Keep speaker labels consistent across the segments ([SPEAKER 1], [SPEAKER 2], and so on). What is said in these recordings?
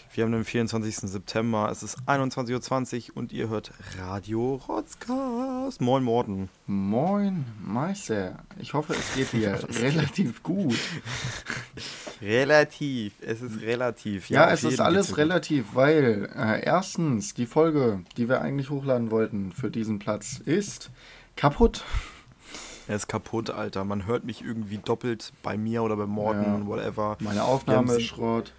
[SPEAKER 1] Wir haben den 24. September, es ist 21:20 Uhr und ihr hört Radio Rotzkast. Moin Morten.
[SPEAKER 2] Moin Meister, ich hoffe es geht dir relativ gut.
[SPEAKER 1] Es ist relativ.
[SPEAKER 2] Ja,
[SPEAKER 1] auf
[SPEAKER 2] es ist
[SPEAKER 1] jeden
[SPEAKER 2] alles
[SPEAKER 1] geht's mir gut.
[SPEAKER 2] relativ, weil erstens die Folge, die wir eigentlich hochladen wollten für diesen Platz, ist kaputt.
[SPEAKER 1] Er ist kaputt, Alter. Man hört mich irgendwie doppelt bei mir oder bei
[SPEAKER 2] Ja,
[SPEAKER 1] Morten, whatever.
[SPEAKER 2] meine
[SPEAKER 1] Wir haben
[SPEAKER 2] Aufnahme ist
[SPEAKER 1] sie,
[SPEAKER 2] Schrott.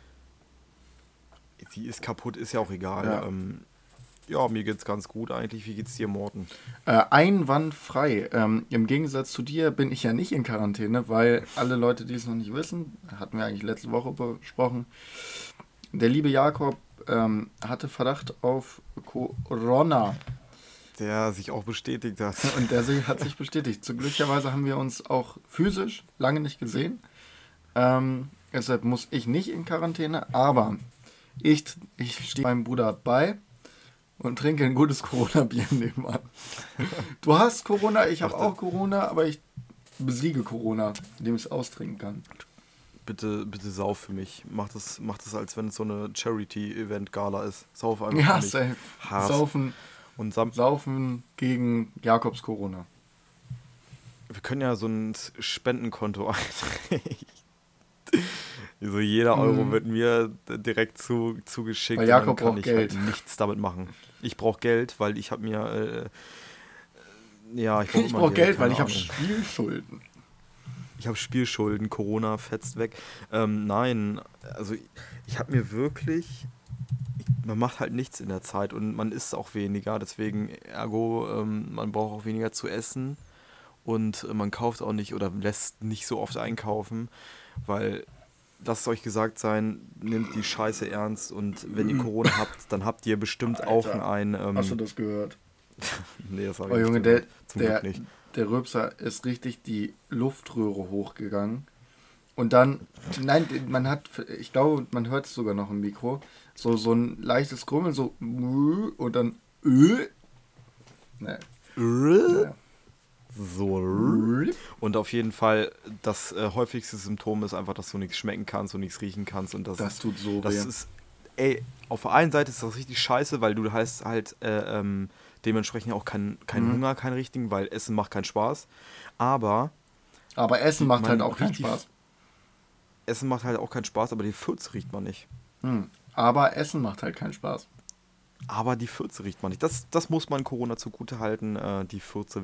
[SPEAKER 1] sie ist kaputt, ist ja auch egal.
[SPEAKER 2] Ja,
[SPEAKER 1] Ja, mir geht's ganz gut eigentlich. Wie geht's dir, Morten?
[SPEAKER 2] einwandfrei. Im Gegensatz zu dir bin ich ja nicht in Quarantäne, weil alle Leute, die es noch nicht wissen, hatten wir eigentlich letzte Woche besprochen, der liebe Jakob hatte Verdacht auf Corona.
[SPEAKER 1] Der sich auch bestätigt hat.
[SPEAKER 2] Und hat sich bestätigt. Glücklicherweise haben wir uns auch physisch lange nicht gesehen. Deshalb muss ich nicht in Quarantäne, aber ich stehe meinem Bruder bei und trinke ein gutes Corona-Bier nebenan. Du hast Corona, ich habe
[SPEAKER 1] Ach,
[SPEAKER 2] auch Corona, aber ich besiege Corona, indem ich es austrinken kann.
[SPEAKER 1] bitte sauf für mich. Mach das, als wenn es so eine Charity-Event-Gala ist. Sauf einfach für
[SPEAKER 2] Ja,
[SPEAKER 1] mich.
[SPEAKER 2] safe.
[SPEAKER 1] Hart.
[SPEAKER 2] Saufen,
[SPEAKER 1] Und
[SPEAKER 2] saufen gegen Jakobs Corona.
[SPEAKER 1] wir können ja so ein Spendenkonto einrichten. So jeder Euro
[SPEAKER 2] Mhm.
[SPEAKER 1] wird mir direkt zugeschickt
[SPEAKER 2] Weil
[SPEAKER 1] und dann
[SPEAKER 2] Jakob
[SPEAKER 1] kann
[SPEAKER 2] braucht
[SPEAKER 1] ich halt
[SPEAKER 2] Geld.
[SPEAKER 1] nichts damit machen. Ich brauche Geld, weil ich habe mir, ja, ich brauche
[SPEAKER 2] Ich
[SPEAKER 1] immer
[SPEAKER 2] brauche
[SPEAKER 1] Geld,
[SPEAKER 2] Geld, weil
[SPEAKER 1] keine
[SPEAKER 2] ich habe
[SPEAKER 1] Ahnung.
[SPEAKER 2] Spielschulden.
[SPEAKER 1] Ich habe Spielschulden, Corona fetzt weg. Nein, also ich habe mir wirklich, man macht halt nichts in der Zeit und man isst auch weniger, deswegen ergo, man braucht auch weniger zu essen und man kauft auch nicht oder lässt nicht so oft einkaufen, weil, lasst euch gesagt sein, nehmt die Scheiße ernst und wenn ihr Corona habt, dann habt ihr bestimmt auch
[SPEAKER 2] Alter, hast du das gehört?
[SPEAKER 1] nee, das habe
[SPEAKER 2] Oh
[SPEAKER 1] ich nicht
[SPEAKER 2] Junge,
[SPEAKER 1] gehört, zum Glück
[SPEAKER 2] der,
[SPEAKER 1] nicht.
[SPEAKER 2] der Rülpser ist richtig die Luftröhre hochgegangen. Und dann, nein, man hat, ich glaube, man hört es sogar noch im Mikro, so ein leichtes Grummeln, so und dann ne, naja.
[SPEAKER 1] So. Und auf jeden Fall, das häufigste Symptom ist einfach, dass du nichts schmecken kannst und nichts riechen kannst. Und
[SPEAKER 2] Das tut so
[SPEAKER 1] das
[SPEAKER 2] weh.
[SPEAKER 1] ist, ey, auf der einen Seite ist das richtig scheiße, weil du hast halt dementsprechend auch keinen
[SPEAKER 2] Mhm.
[SPEAKER 1] Hunger, keinen richtigen, weil Essen macht keinen Spaß. Aber
[SPEAKER 2] Aber Essen macht halt
[SPEAKER 1] man
[SPEAKER 2] auch keinen
[SPEAKER 1] riecht
[SPEAKER 2] Spaß.
[SPEAKER 1] Essen macht halt auch keinen Spaß, aber die Fürze riecht man nicht.
[SPEAKER 2] Aber Essen macht halt keinen Spaß.
[SPEAKER 1] Aber die Fürze riecht man nicht. Das muss man Corona zugute halten. Die Fürze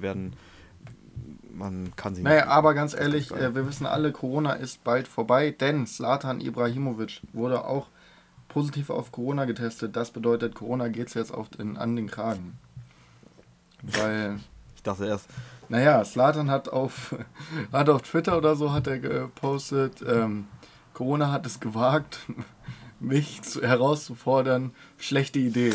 [SPEAKER 1] man kann sie nicht
[SPEAKER 2] Naja,
[SPEAKER 1] riechen.
[SPEAKER 2] aber ganz
[SPEAKER 1] Das ist ganz
[SPEAKER 2] ehrlich,
[SPEAKER 1] geil.
[SPEAKER 2] wir wissen alle, Corona ist bald vorbei, denn Zlatan Ibrahimovic wurde auch positiv auf Corona getestet. Das bedeutet, Corona geht es jetzt an den Kragen. Weil,
[SPEAKER 1] Ich dachte erst,
[SPEAKER 2] naja, Zlatan hat auf Twitter oder so hat er gepostet, Corona hat es gewagt, herauszufordern. Schlechte Idee.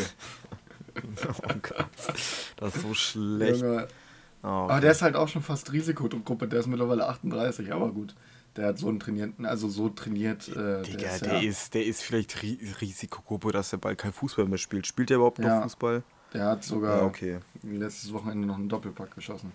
[SPEAKER 1] oh Gott, das ist so schlecht.
[SPEAKER 2] Junge.
[SPEAKER 1] Ah,
[SPEAKER 2] Aber der
[SPEAKER 1] okay.
[SPEAKER 2] ist halt auch schon fast Risikogruppe, der ist mittlerweile 38, aber gut. Der hat so einen trainierten, also so trainiert, der
[SPEAKER 1] Digga,
[SPEAKER 2] ist
[SPEAKER 1] der ist vielleicht Risikogruppe, dass er bald kein Fußball mehr spielt. Spielt er überhaupt noch
[SPEAKER 2] ja,
[SPEAKER 1] Fußball?
[SPEAKER 2] der hat
[SPEAKER 1] Ja,
[SPEAKER 2] sogar
[SPEAKER 1] okay.
[SPEAKER 2] letztes Wochenende noch einen Doppelpack geschossen.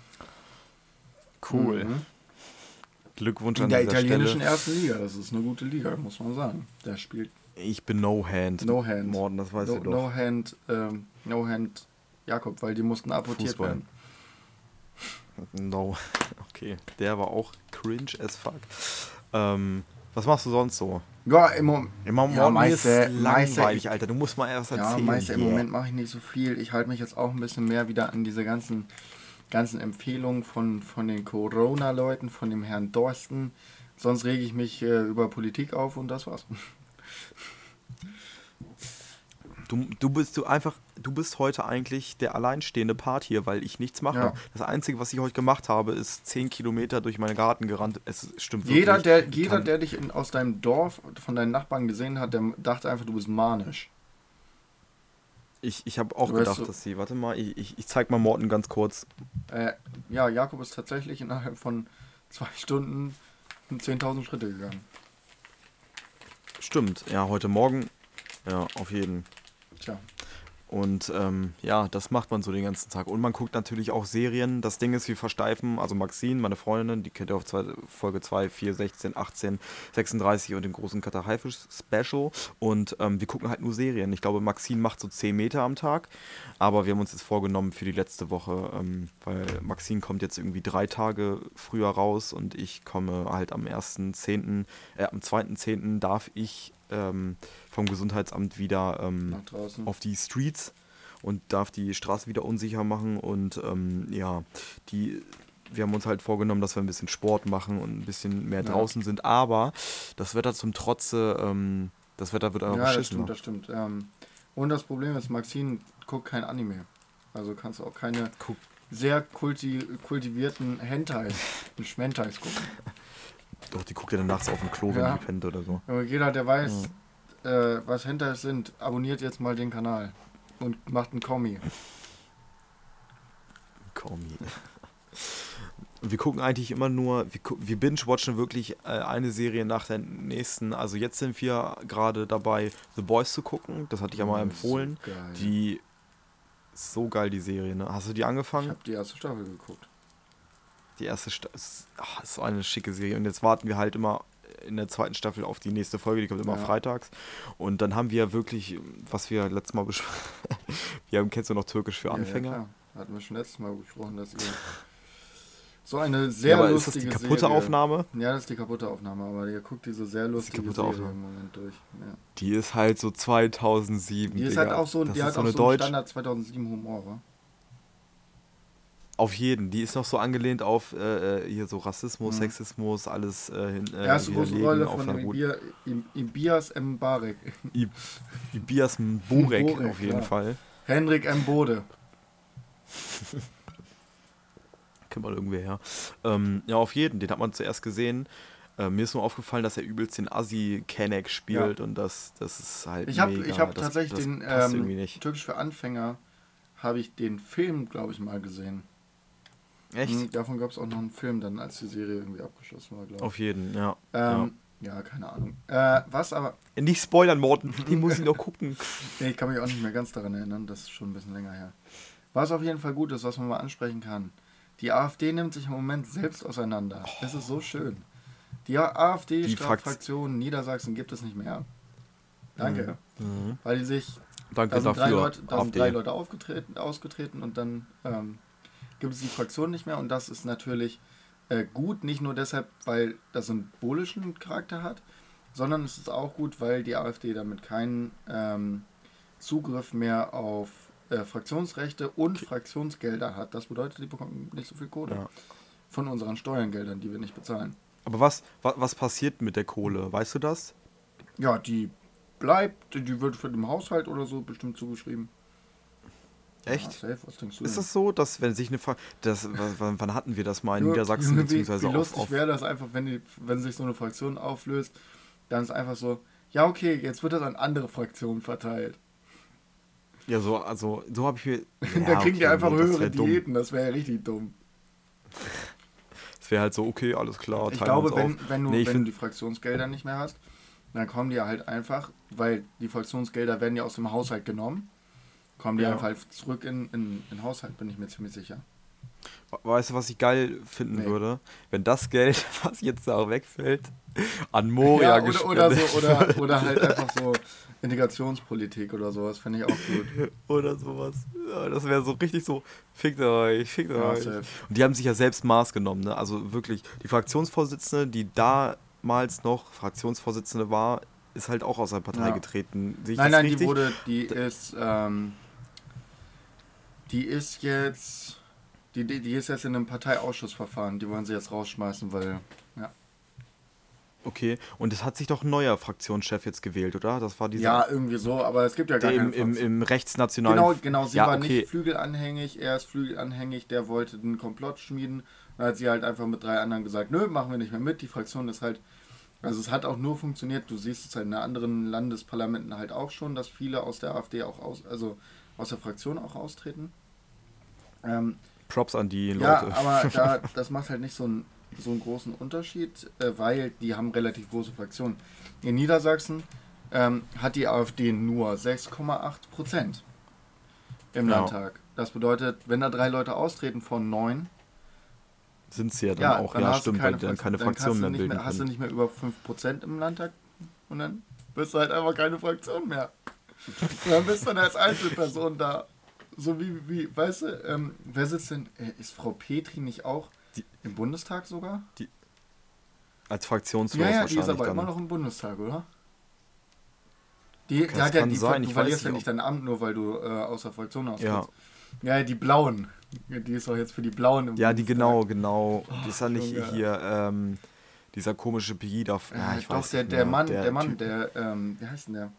[SPEAKER 1] Cool.
[SPEAKER 2] Mhm.
[SPEAKER 1] Glückwunsch
[SPEAKER 2] In
[SPEAKER 1] an
[SPEAKER 2] der
[SPEAKER 1] dieser
[SPEAKER 2] italienischen
[SPEAKER 1] Stelle.
[SPEAKER 2] ersten Liga, das ist eine gute Liga, muss man sagen. Der spielt
[SPEAKER 1] Ich bin No Hand.
[SPEAKER 2] No Hand.
[SPEAKER 1] Morten, das weißt du doch.
[SPEAKER 2] No Hand Jakob, weil die mussten amputiert
[SPEAKER 1] Fußball.
[SPEAKER 2] werden.
[SPEAKER 1] No. Okay. Der war auch cringe as fuck. Was machst du sonst so?
[SPEAKER 2] Ja, im Moment.
[SPEAKER 1] Immer
[SPEAKER 2] Ja,
[SPEAKER 1] Morten, mir ist
[SPEAKER 2] Meister,
[SPEAKER 1] langweilig, Alter. Du musst mal erst erzählen.
[SPEAKER 2] Meister, im
[SPEAKER 1] Yeah.
[SPEAKER 2] Moment mache ich nicht so viel. Ich halte mich jetzt auch ein bisschen mehr wieder an diese ganzen Empfehlungen von den Corona-Leuten, von dem Herrn Dorsten. Sonst rege ich mich über Politik auf und das war's.
[SPEAKER 1] Du bist heute eigentlich der alleinstehende Part hier, weil ich nichts mache.
[SPEAKER 2] Ja.
[SPEAKER 1] Das Einzige, was ich heute gemacht habe, ist 10 Kilometer durch meinen Garten gerannt. Es stimmt
[SPEAKER 2] Jeder,
[SPEAKER 1] wirklich.
[SPEAKER 2] der dich aus deinem Dorf, von deinen Nachbarn gesehen hat, der dachte einfach, du bist manisch.
[SPEAKER 1] Ich habe auch
[SPEAKER 2] Du weißt
[SPEAKER 1] gedacht,
[SPEAKER 2] so,
[SPEAKER 1] dass sie. Warte mal, ich zeig mal Morten ganz kurz.
[SPEAKER 2] ja, Jakob ist tatsächlich innerhalb von 2 Stunden 10.000 Schritte gegangen.
[SPEAKER 1] Stimmt, ja, heute Morgen. Ja, auf jeden.
[SPEAKER 2] Tja.
[SPEAKER 1] Und ja, das macht man so den ganzen Tag. Und man guckt natürlich auch Serien. Das Ding ist, wir versteifen, also Maxine, meine Freundin, die kennt ihr auf Folge 2, 4, 16, 18, 36 und den großen Kater Haifisch Special. Und wir gucken halt nur Serien. Ich glaube, Maxine macht so 10 Meter am Tag. Aber wir haben uns jetzt vorgenommen für die letzte Woche, weil Maxine kommt jetzt irgendwie 3 Tage früher raus und ich komme halt am 1.10., am 2.10. darf ich vom Gesundheitsamt wieder
[SPEAKER 2] Nach draußen.
[SPEAKER 1] auf die Streets und darf die Straße wieder unsicher machen und ja, wir haben uns halt vorgenommen, dass wir ein bisschen Sport machen und ein bisschen mehr draußen sind, aber das Wetter zum Trotze, das Wetter wird einfach beschissen.
[SPEAKER 2] Ja, das stimmt. Und das Problem ist, Maxine guckt kein Anime. Also kannst du auch keine sehr kultivierten Hentais und Schmentais gucken.
[SPEAKER 1] Doch, die guckt ja dann nachts auf dem Klo, wenn die pennt oder so.
[SPEAKER 2] Aber jeder, der weiß, was Hentais sind, abonniert jetzt mal den Kanal und macht einen Kommi.
[SPEAKER 1] Wir gucken eigentlich immer nur, wir binge-watchen wirklich eine Serie nach der nächsten. Also jetzt sind wir gerade dabei, The Boys zu gucken. Das hatte ich ja mal empfohlen.
[SPEAKER 2] So geil.
[SPEAKER 1] Die so geil, die Serie, ne? Hast du die angefangen?
[SPEAKER 2] Ich habe die erste Staffel geguckt.
[SPEAKER 1] Die erste Staffel ist so eine schicke Serie. Und jetzt warten wir halt immer in der zweiten Staffel auf die nächste Folge. Die kommt immer freitags. Und dann haben wir wirklich, was wir letztes Mal besprochen haben, kennst du noch Türkisch für Anfänger?
[SPEAKER 2] Ja, klar. Hatten wir schon letztes Mal besprochen, dass ihr so eine sehr lustige
[SPEAKER 1] ist das die kaputte
[SPEAKER 2] Serie.
[SPEAKER 1] Ihr
[SPEAKER 2] Ja, das ist die kaputte Aufnahme, aber ihr guckt diese sehr lustige Serie im Moment durch. Ja.
[SPEAKER 1] Die ist halt so 2007.
[SPEAKER 2] Die ist halt auch so, die hat auch so einen Standard 2007 Humor, wa?
[SPEAKER 1] Auf jeden. Die ist noch so angelehnt auf hier so Rassismus, Sexismus, alles
[SPEAKER 2] erste große Rolle von Ibias Mbarek.
[SPEAKER 1] Ibias Mborek auf jeden Fall.
[SPEAKER 2] Henrik M. Bode.
[SPEAKER 1] Kennt man irgendwer her. Ja, auf jeden. Den hat man zuerst gesehen. Mir ist nur aufgefallen, dass er übelst den Assi-Kenneck spielt und das ist halt
[SPEAKER 2] ich habe tatsächlich den Türkisch für Anfänger habe ich den Film, glaube ich, mal gesehen.
[SPEAKER 1] Echt?
[SPEAKER 2] Davon gab es auch noch einen Film dann, als die Serie irgendwie abgeschlossen war, glaube ich.
[SPEAKER 1] Auf jeden, ja.
[SPEAKER 2] Ja, keine Ahnung. Was aber...
[SPEAKER 1] Nicht spoilern, Morten. Die muss ich noch gucken.
[SPEAKER 2] Nee, ich kann mich auch nicht mehr ganz daran erinnern. Das ist schon ein bisschen länger her. Was auf jeden Fall gut ist, was man mal ansprechen kann. Die AfD nimmt sich im Moment selbst auseinander. Es ist so schön. Die AfD-Fraktion Niedersachsen gibt es nicht mehr. Danke. Weil die sich...
[SPEAKER 1] Danke dafür.
[SPEAKER 2] Da sind 3 Leute ausgetreten und dann gibt es die Fraktion nicht mehr. Und das ist natürlich gut, nicht nur deshalb, weil das symbolischen Charakter hat, sondern es ist auch gut, weil die AfD damit keinen Zugriff mehr auf Fraktionsrechte und Fraktionsgelder hat. Das bedeutet, die bekommen nicht so viel Kohle von unseren Steuergeldern, die wir nicht bezahlen.
[SPEAKER 1] Aber was passiert mit der Kohle? Weißt du das?
[SPEAKER 2] Ja, die bleibt, die wird für den Haushalt oder so bestimmt zugeschrieben.
[SPEAKER 1] Echt?
[SPEAKER 2] Ja, safe. Was denkst du
[SPEAKER 1] ist
[SPEAKER 2] denn?
[SPEAKER 1] das so, dass wenn sich eine wann hatten wir das mal in Niedersachsen beziehungsweise
[SPEAKER 2] wie lustig wäre das einfach, wenn sich so eine Fraktion auflöst, dann ist einfach so, ja okay, jetzt wird das an andere Fraktionen verteilt.
[SPEAKER 1] Ja, so habe ich mir...
[SPEAKER 2] Dann kriegen die einfach höhere Diäten, das wäre ja richtig dumm.
[SPEAKER 1] Es wäre halt so, okay, alles klar,
[SPEAKER 2] ich glaube, wenn du die Fraktionsgelder nicht mehr hast, dann kommen die halt einfach, weil die Fraktionsgelder werden ja aus dem Haushalt genommen, kommen die einfach zurück in den Haushalt, bin ich mir ziemlich sicher.
[SPEAKER 1] Weißt du, was ich geil finden würde? Wenn das Geld, was jetzt da auch wegfällt, an Moria gespendet
[SPEAKER 2] oder halt einfach so Integrationspolitik oder sowas, fände ich auch gut.
[SPEAKER 1] Oder sowas. Ja, das wäre so richtig so, fickt euch.
[SPEAKER 2] Safe.
[SPEAKER 1] Und die haben sich ja selbst Maß genommen, ne? Also wirklich, die Fraktionsvorsitzende, die damals noch Fraktionsvorsitzende war, ist halt auch aus der Partei getreten.
[SPEAKER 2] Nein, die ist jetzt in einem Parteiausschussverfahren. Die wollen sie jetzt rausschmeißen, weil, ja.
[SPEAKER 1] Okay, und es hat sich doch ein neuer Fraktionschef jetzt gewählt, oder? Das war dieser...
[SPEAKER 2] Ja, irgendwie so, aber es gibt ja gar keinen
[SPEAKER 1] im rechtsnationalen...
[SPEAKER 2] Genau, sie war nicht flügelanhängig, er ist flügelanhängig, der wollte einen Komplott schmieden. Dann hat sie halt einfach mit 3 anderen gesagt, nö, machen wir nicht mehr mit. Die Fraktion ist halt... Also es hat auch nur funktioniert, du siehst es halt in anderen Landesparlamenten halt auch schon, dass viele aus der AfD auch aus der Fraktion auch austreten.
[SPEAKER 1] Props an die Leute.
[SPEAKER 2] Ja, aber das macht halt nicht so einen großen Unterschied, weil die haben relativ große Fraktionen. In Niedersachsen hat die AfD nur 6,8%. im
[SPEAKER 1] Ja.
[SPEAKER 2] Landtag. Das bedeutet, wenn da 3 Leute austreten von 9,
[SPEAKER 1] Sind sie ja dann
[SPEAKER 2] ja,
[SPEAKER 1] auch,
[SPEAKER 2] dann
[SPEAKER 1] ja,
[SPEAKER 2] hast du
[SPEAKER 1] stimmt, weil die dann keine Fraktion mehr bilden
[SPEAKER 2] hast du
[SPEAKER 1] können.
[SPEAKER 2] nicht mehr über 5% im Landtag und dann bist du halt einfach keine Fraktion mehr. Und dann bist du dann als Einzelperson da. So weißt du, wer sitzt denn, ist Frau Petri nicht auch
[SPEAKER 1] Die,
[SPEAKER 2] im Bundestag sogar?
[SPEAKER 1] als fraktionslos
[SPEAKER 2] Ja, die ist
[SPEAKER 1] wahrscheinlich
[SPEAKER 2] aber
[SPEAKER 1] dann.
[SPEAKER 2] immer noch im Bundestag, oder? Die
[SPEAKER 1] Das
[SPEAKER 2] hat ja,
[SPEAKER 1] kann sein,
[SPEAKER 2] du
[SPEAKER 1] ich
[SPEAKER 2] verlierst
[SPEAKER 1] weiß
[SPEAKER 2] ja
[SPEAKER 1] nicht,
[SPEAKER 2] nicht dein Amt, nur weil du aus der Fraktion
[SPEAKER 1] ja.
[SPEAKER 2] austrittst. Ja, die Blauen. Die ist doch jetzt für die Blauen im
[SPEAKER 1] Ja, die
[SPEAKER 2] Bundestag.
[SPEAKER 1] genau. Die ist ja nicht
[SPEAKER 2] Junge.
[SPEAKER 1] hier, dieser komische Pegida. Ja, ich
[SPEAKER 2] Doch,
[SPEAKER 1] weiß
[SPEAKER 2] der,
[SPEAKER 1] nicht
[SPEAKER 2] der
[SPEAKER 1] mehr.
[SPEAKER 2] Mann,
[SPEAKER 1] Der
[SPEAKER 2] der Mann,
[SPEAKER 1] Typ,
[SPEAKER 2] der, wie heißt denn der?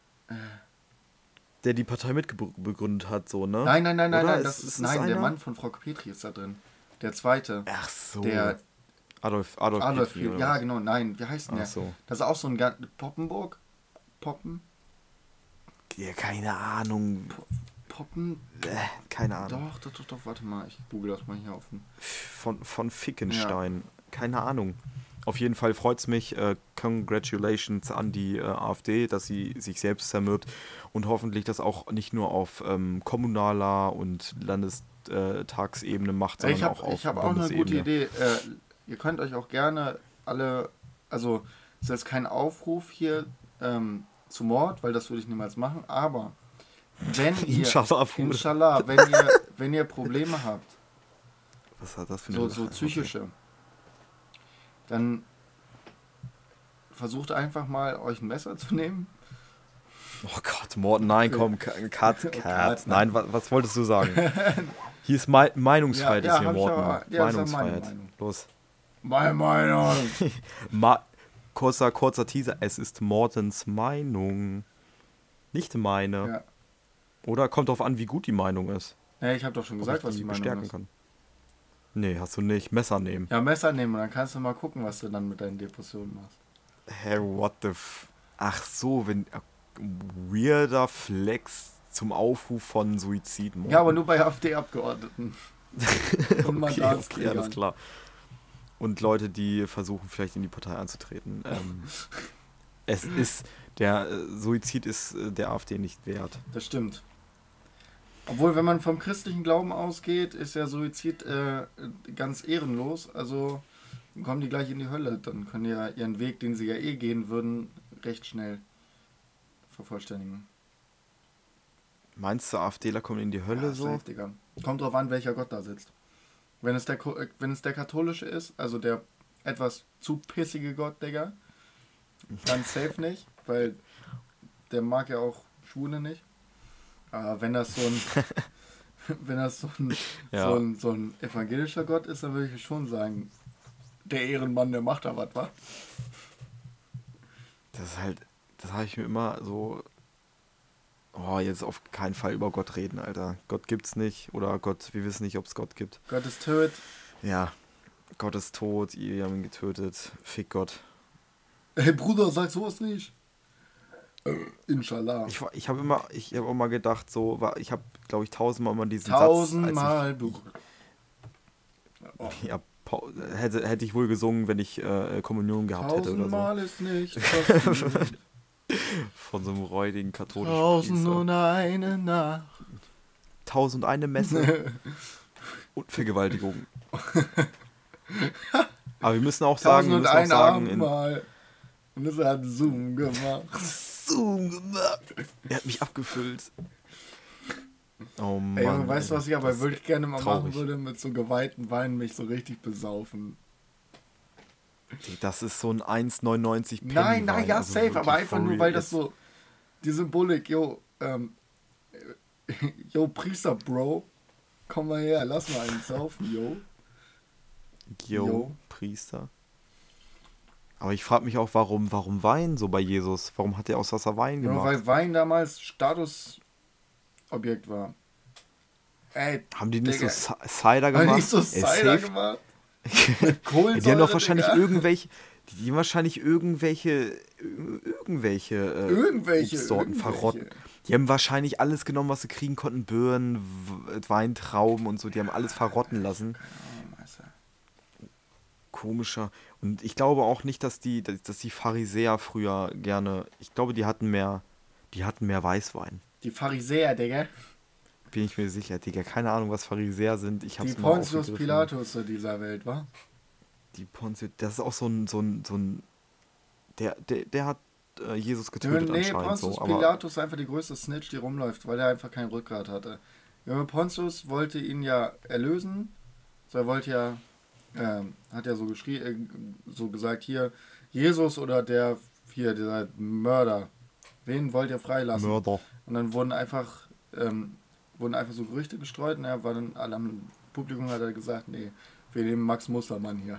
[SPEAKER 1] der die Partei mitbegründet hat, so, ne?
[SPEAKER 2] Nein,
[SPEAKER 1] Oder?
[SPEAKER 2] das ist,
[SPEAKER 1] Ist
[SPEAKER 2] nein, der
[SPEAKER 1] einer?
[SPEAKER 2] Mann von Frau Petri ist da drin. Der zweite.
[SPEAKER 1] Ach so.
[SPEAKER 2] Der
[SPEAKER 1] Adolf
[SPEAKER 2] Adolf
[SPEAKER 1] Petri,
[SPEAKER 2] Hitler.
[SPEAKER 1] oder
[SPEAKER 2] Ja,
[SPEAKER 1] was?
[SPEAKER 2] genau, nein, wie heißt denn
[SPEAKER 1] Ach
[SPEAKER 2] der?
[SPEAKER 1] so.
[SPEAKER 2] Das ist auch so ein Poppenburg? Poppen?
[SPEAKER 1] Ja, keine Ahnung.
[SPEAKER 2] Poppen?
[SPEAKER 1] Keine Ahnung.
[SPEAKER 2] Doch, warte mal, ich google das mal hier auf dem.
[SPEAKER 1] Von Fickenstein. Keine Ahnung. Auf jeden Fall freut es mich. Congratulations an die AfD, dass sie sich selbst zermürbt und hoffentlich das auch nicht nur auf kommunaler und Landestagsebene macht, sondern
[SPEAKER 2] Ich
[SPEAKER 1] auch auf
[SPEAKER 2] hab auch eine gute
[SPEAKER 1] Bundesebene.
[SPEAKER 2] Idee. Ihr könnt euch auch gerne alle, also es ist jetzt kein Aufruf hier zu Mord, weil das würde ich niemals machen, aber wenn ihr,
[SPEAKER 1] Inshallah, Bruder.
[SPEAKER 2] Inshallah, wenn ihr Probleme habt,
[SPEAKER 1] Was hat das für eine
[SPEAKER 2] so
[SPEAKER 1] Lache?
[SPEAKER 2] psychische, dann versucht einfach mal euch ein Messer zu nehmen.
[SPEAKER 1] Oh Gott, Morten, nein, komm, Cut.
[SPEAKER 2] Cut,
[SPEAKER 1] Nein, was wolltest du sagen? Hier ist Meinungsfreiheit,
[SPEAKER 2] Ja,
[SPEAKER 1] ist hier,
[SPEAKER 2] hab ich
[SPEAKER 1] Morten.
[SPEAKER 2] aber- ja, ist ja meine
[SPEAKER 1] Meinungsfreiheit.
[SPEAKER 2] Meinung.
[SPEAKER 1] Los.
[SPEAKER 2] Meine Meinung.
[SPEAKER 1] Kurzer Teaser, es ist Mortens Meinung. Nicht meine.
[SPEAKER 2] Ja.
[SPEAKER 1] Oder kommt drauf an, wie gut die Meinung ist.
[SPEAKER 2] Ja, ich habe doch schon
[SPEAKER 1] Ob
[SPEAKER 2] gesagt,
[SPEAKER 1] ich
[SPEAKER 2] was die Meinung
[SPEAKER 1] bestärken
[SPEAKER 2] ist.
[SPEAKER 1] kann. Nee, hast du nicht. Messer nehmen.
[SPEAKER 2] Ja, Messer nehmen und dann kannst du mal gucken, was du dann mit deinen Depressionen machst.
[SPEAKER 1] Hä, what the Ach so, wenn... weirder Flex zum Aufruf von Suizid. Morten.
[SPEAKER 2] Ja, aber nur bei AfD-Abgeordneten. Und
[SPEAKER 1] okay,
[SPEAKER 2] Mandatsträgern.
[SPEAKER 1] alles klar. Und Leute, die versuchen, vielleicht in die Partei einzutreten. Der Suizid ist der AfD nicht wert.
[SPEAKER 2] Das stimmt. Obwohl, wenn man vom christlichen Glauben ausgeht, ist ja Suizid ganz ehrenlos. Also kommen die gleich in die Hölle. Dann können die ja ihren Weg, den sie ja eh gehen würden, recht schnell vervollständigen.
[SPEAKER 1] Meinst du, AfDler kommen in die Hölle
[SPEAKER 2] Ja,
[SPEAKER 1] so?
[SPEAKER 2] safe, Digga. Kommt drauf an, welcher Gott da sitzt. Wenn es der katholische ist, also der etwas zu pissige Gott, Digga, dann safe nicht, weil der mag ja auch Schwule nicht. Aber wenn das
[SPEAKER 1] Ja.
[SPEAKER 2] so ein evangelischer Gott ist, dann würde ich schon sagen, der Ehrenmann, der macht da was, wa?
[SPEAKER 1] Das ist halt, das habe ich mir immer so... Oh, jetzt auf keinen Fall über Gott reden, Alter. Gott gibt's nicht. Oder Gott, wir wissen nicht, ob es Gott gibt.
[SPEAKER 2] Gott ist tot.
[SPEAKER 1] Ja, Gott ist tot, ihr habt ihn getötet. Fick Gott.
[SPEAKER 2] Hey Bruder, sag sowas nicht. Inshallah.
[SPEAKER 1] Ich habe auch mal gedacht, so, ich habe, glaube ich, tausendmal mal diesen Satz... als ich-
[SPEAKER 2] Tausendmal. Oh.
[SPEAKER 1] Ja, hätte ich wohl gesungen, wenn ich Kommunion gehabt hätte oder so.
[SPEAKER 2] Tausendmal ist nicht passiert.
[SPEAKER 1] Von so einem räudigen katholischen
[SPEAKER 2] 1001 Nacht.
[SPEAKER 1] 1001 Messe und Vergewaltigung. Aber wir müssen auch sagen,
[SPEAKER 2] 1001 Abendmahl. Und das hat Zoom gemacht.
[SPEAKER 1] Zoom gemacht. Er hat mich abgefüllt. Oh Mann.
[SPEAKER 2] Ey, Junge, weißt du, was ich aber
[SPEAKER 1] das ist
[SPEAKER 2] wirklich gerne mal
[SPEAKER 1] traurig.
[SPEAKER 2] machen würde? Mit so geweihten Weinen mich so richtig besaufen.
[SPEAKER 1] Das ist so ein 1,99 Penny.
[SPEAKER 2] Nein, ja,
[SPEAKER 1] also
[SPEAKER 2] safe,
[SPEAKER 1] wirklich
[SPEAKER 2] aber einfach
[SPEAKER 1] for
[SPEAKER 2] nur,
[SPEAKER 1] real
[SPEAKER 2] weil das
[SPEAKER 1] ist.
[SPEAKER 2] so, die Symbolik, Priester, Bro, komm mal her, lass mal einen saufen,
[SPEAKER 1] Yo,
[SPEAKER 2] Yo.
[SPEAKER 1] Priester. Aber ich frage mich auch, warum Wein so bei Jesus? Warum hat er aus Wasser Wein
[SPEAKER 2] Ja,
[SPEAKER 1] gemacht?
[SPEAKER 2] weil Wein damals Statusobjekt war. Ey,
[SPEAKER 1] Haben die nicht
[SPEAKER 2] Digga,
[SPEAKER 1] so Cider
[SPEAKER 2] haben die
[SPEAKER 1] gemacht?
[SPEAKER 2] nicht so
[SPEAKER 1] Ey,
[SPEAKER 2] Cider
[SPEAKER 1] safe.
[SPEAKER 2] gemacht?
[SPEAKER 1] Ja, die haben doch wahrscheinlich
[SPEAKER 2] Digga.
[SPEAKER 1] irgendwelche Obstsorten verrotten. Die haben wahrscheinlich alles genommen, was sie kriegen konnten. Birnen, Weintrauben und so. Die haben alles verrotten lassen. Komischer. Und ich glaube auch nicht, dass die Pharisäer früher gerne... Ich glaube, die hatten mehr Weißwein.
[SPEAKER 2] Die Pharisäer, Digga.
[SPEAKER 1] bin ich mir sicher, Digga. Keine Ahnung, was Pharisäer sind. Ich hab's
[SPEAKER 2] Die
[SPEAKER 1] mal
[SPEAKER 2] Pontius
[SPEAKER 1] aufgegriffen.
[SPEAKER 2] Pilatus dieser Welt, wa?
[SPEAKER 1] Die Pontius, das ist auch so ein der hat Jesus getötet
[SPEAKER 2] Nee,
[SPEAKER 1] anscheinend
[SPEAKER 2] Pontius
[SPEAKER 1] so, aber
[SPEAKER 2] Pilatus ist einfach die größte Snitch, die rumläuft, weil er einfach kein Rückgrat hatte. Junge Pontius wollte ihn ja erlösen. So, er wollte ja, hat ja so so gesagt, hier, Jesus oder dieser Mörder, wen wollt ihr freilassen?
[SPEAKER 1] Mörder.
[SPEAKER 2] Und dann wurden einfach so Gerüchte gestreut und er war dann, alle am Publikum hat er gesagt, nee, wir nehmen Max Mustermann hier.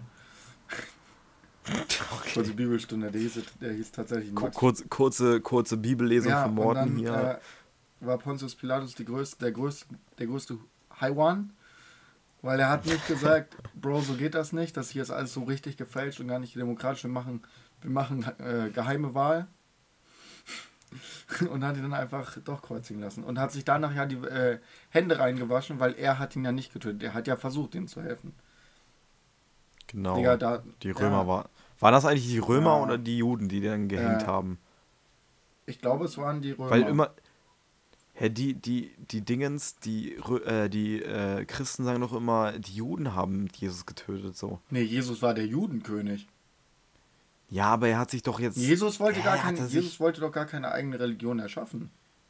[SPEAKER 2] Kurze Bibelstunde, der hieß tatsächlich Max.
[SPEAKER 1] Kurze Bibellesung
[SPEAKER 2] Ja,
[SPEAKER 1] von Morten
[SPEAKER 2] und dann
[SPEAKER 1] hier.
[SPEAKER 2] war Pontius Pilatus der größte Haiwan, weil er hat nicht gesagt, Bro, so geht das nicht, das hier ist alles so richtig gefälscht und gar nicht demokratisch, wir machen geheime Wahl. Und hat ihn dann einfach doch kreuzigen lassen. Und hat sich danach ja die Hände reingewaschen, weil er hat ihn ja nicht getötet. Er hat ja versucht, ihm zu helfen.
[SPEAKER 1] Genau.
[SPEAKER 2] Digga,
[SPEAKER 1] Die Römer waren das eigentlich die Römer
[SPEAKER 2] Ja.
[SPEAKER 1] oder die Juden, die den gehängt haben?
[SPEAKER 2] Ich glaube, es waren die Römer.
[SPEAKER 1] Weil immer. Die Dingens, die Christen sagen doch immer, die Juden haben Jesus getötet, so.
[SPEAKER 2] Nee, Jesus war der Judenkönig.
[SPEAKER 1] Ja, aber er hat sich doch jetzt.
[SPEAKER 2] Jesus wollte
[SPEAKER 1] sich-
[SPEAKER 2] doch gar keine eigene Religion erschaffen.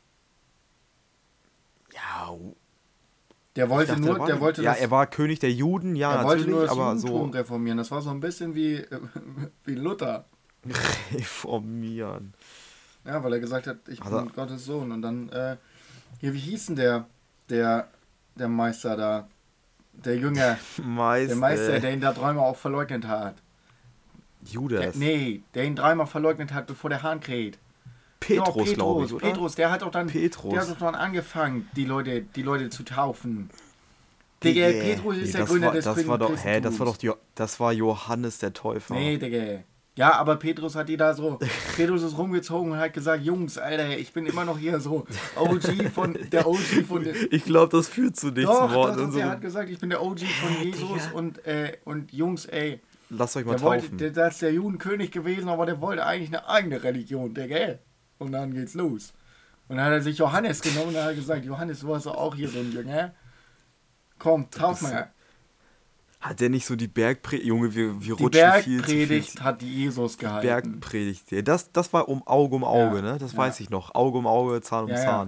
[SPEAKER 1] Ja,
[SPEAKER 2] Der wollte
[SPEAKER 1] ich dachte,
[SPEAKER 2] nur,
[SPEAKER 1] er
[SPEAKER 2] der
[SPEAKER 1] war,
[SPEAKER 2] wollte
[SPEAKER 1] ja,
[SPEAKER 2] das,
[SPEAKER 1] er war König der Juden, ja,
[SPEAKER 2] er wollte nur
[SPEAKER 1] natürlich,
[SPEAKER 2] das
[SPEAKER 1] aber
[SPEAKER 2] Judentum
[SPEAKER 1] so
[SPEAKER 2] reformieren. Das war so ein bisschen wie Luther.
[SPEAKER 1] reformieren.
[SPEAKER 2] Ja, weil er gesagt hat, ich
[SPEAKER 1] Also-
[SPEAKER 2] bin Gottes Sohn. Und dann, wie hieß denn der Meister da? Der Jünger, der Meister, der ihn da dreimal auch verleugnet hat.
[SPEAKER 1] Judas.
[SPEAKER 2] Der ihn dreimal verleugnet hat, bevor der Hahn kräht.
[SPEAKER 1] Petrus,
[SPEAKER 2] Genau,
[SPEAKER 1] glaube ich, oder?
[SPEAKER 2] Petrus, der hat doch dann
[SPEAKER 1] Petrus.
[SPEAKER 2] angefangen, die Leute zu taufen. Digga, Petrus ist der Gründer des
[SPEAKER 1] das war doch,
[SPEAKER 2] Christentums.
[SPEAKER 1] das war Johannes der Täufer.
[SPEAKER 2] Nee, Digga. Ja, aber Petrus hat die da so, Petrus ist rumgezogen und hat gesagt, Jungs, Alter, ich bin immer noch hier so der OG von
[SPEAKER 1] Ich glaube, das führt zu nichts.
[SPEAKER 2] Doch, er hat gesagt, ich bin der OG von Jesus und Jungs, ey,
[SPEAKER 1] Lasst euch mal taufen.
[SPEAKER 2] das ist der Judenkönig gewesen, aber der wollte eigentlich eine eigene Religion, Digga. Und dann geht's los. Und dann hat er sich Johannes genommen und hat gesagt, Johannes, du hast doch auch hier so ein Jünger. Komm, tauf mal.
[SPEAKER 1] Hat der nicht so die Bergpredigt? Junge, wir
[SPEAKER 2] Die
[SPEAKER 1] rutschen viel zu
[SPEAKER 2] Bergpredigt
[SPEAKER 1] viel.
[SPEAKER 2] hat Jesus gehalten.
[SPEAKER 1] Bergpredigt. Ja, das war um Auge,
[SPEAKER 2] Ja,
[SPEAKER 1] ne? Das
[SPEAKER 2] ja.
[SPEAKER 1] weiß ich noch. Auge um Auge, Zahn um
[SPEAKER 2] Ja, ja.
[SPEAKER 1] Zahn.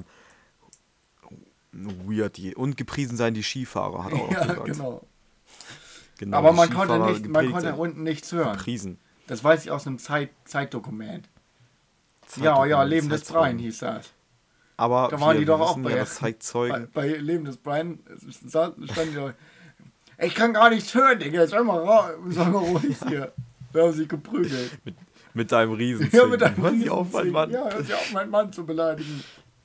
[SPEAKER 1] Weird. Und gepriesen seien die Skifahrer, hat er auch noch
[SPEAKER 2] Ja,
[SPEAKER 1] gesagt.
[SPEAKER 2] genau.
[SPEAKER 1] die
[SPEAKER 2] Aber man
[SPEAKER 1] Skifahrer
[SPEAKER 2] konnte
[SPEAKER 1] gepredigt
[SPEAKER 2] konnte
[SPEAKER 1] sind.
[SPEAKER 2] unten nichts hören.
[SPEAKER 1] Gepriesen.
[SPEAKER 2] Das weiß ich aus einem Zeitdokument. Ja, Leben des Brian hieß das.
[SPEAKER 1] Aber
[SPEAKER 2] Da waren die doch auch
[SPEAKER 1] wissen
[SPEAKER 2] bei-
[SPEAKER 1] ja, das zeigt Zeugen.
[SPEAKER 2] Bei Leben des Brian stand die doch, ich kann gar nichts hören, Digga, sei mal ruhig hier. Wir haben sich geprügelt.
[SPEAKER 1] Mit deinem Riesen.
[SPEAKER 2] Ja, mit einem
[SPEAKER 1] Hören Sie auf, mein
[SPEAKER 2] Riesenzing.
[SPEAKER 1] Mann.
[SPEAKER 2] Ja, hör sie auf, meinen Mann zu beleidigen.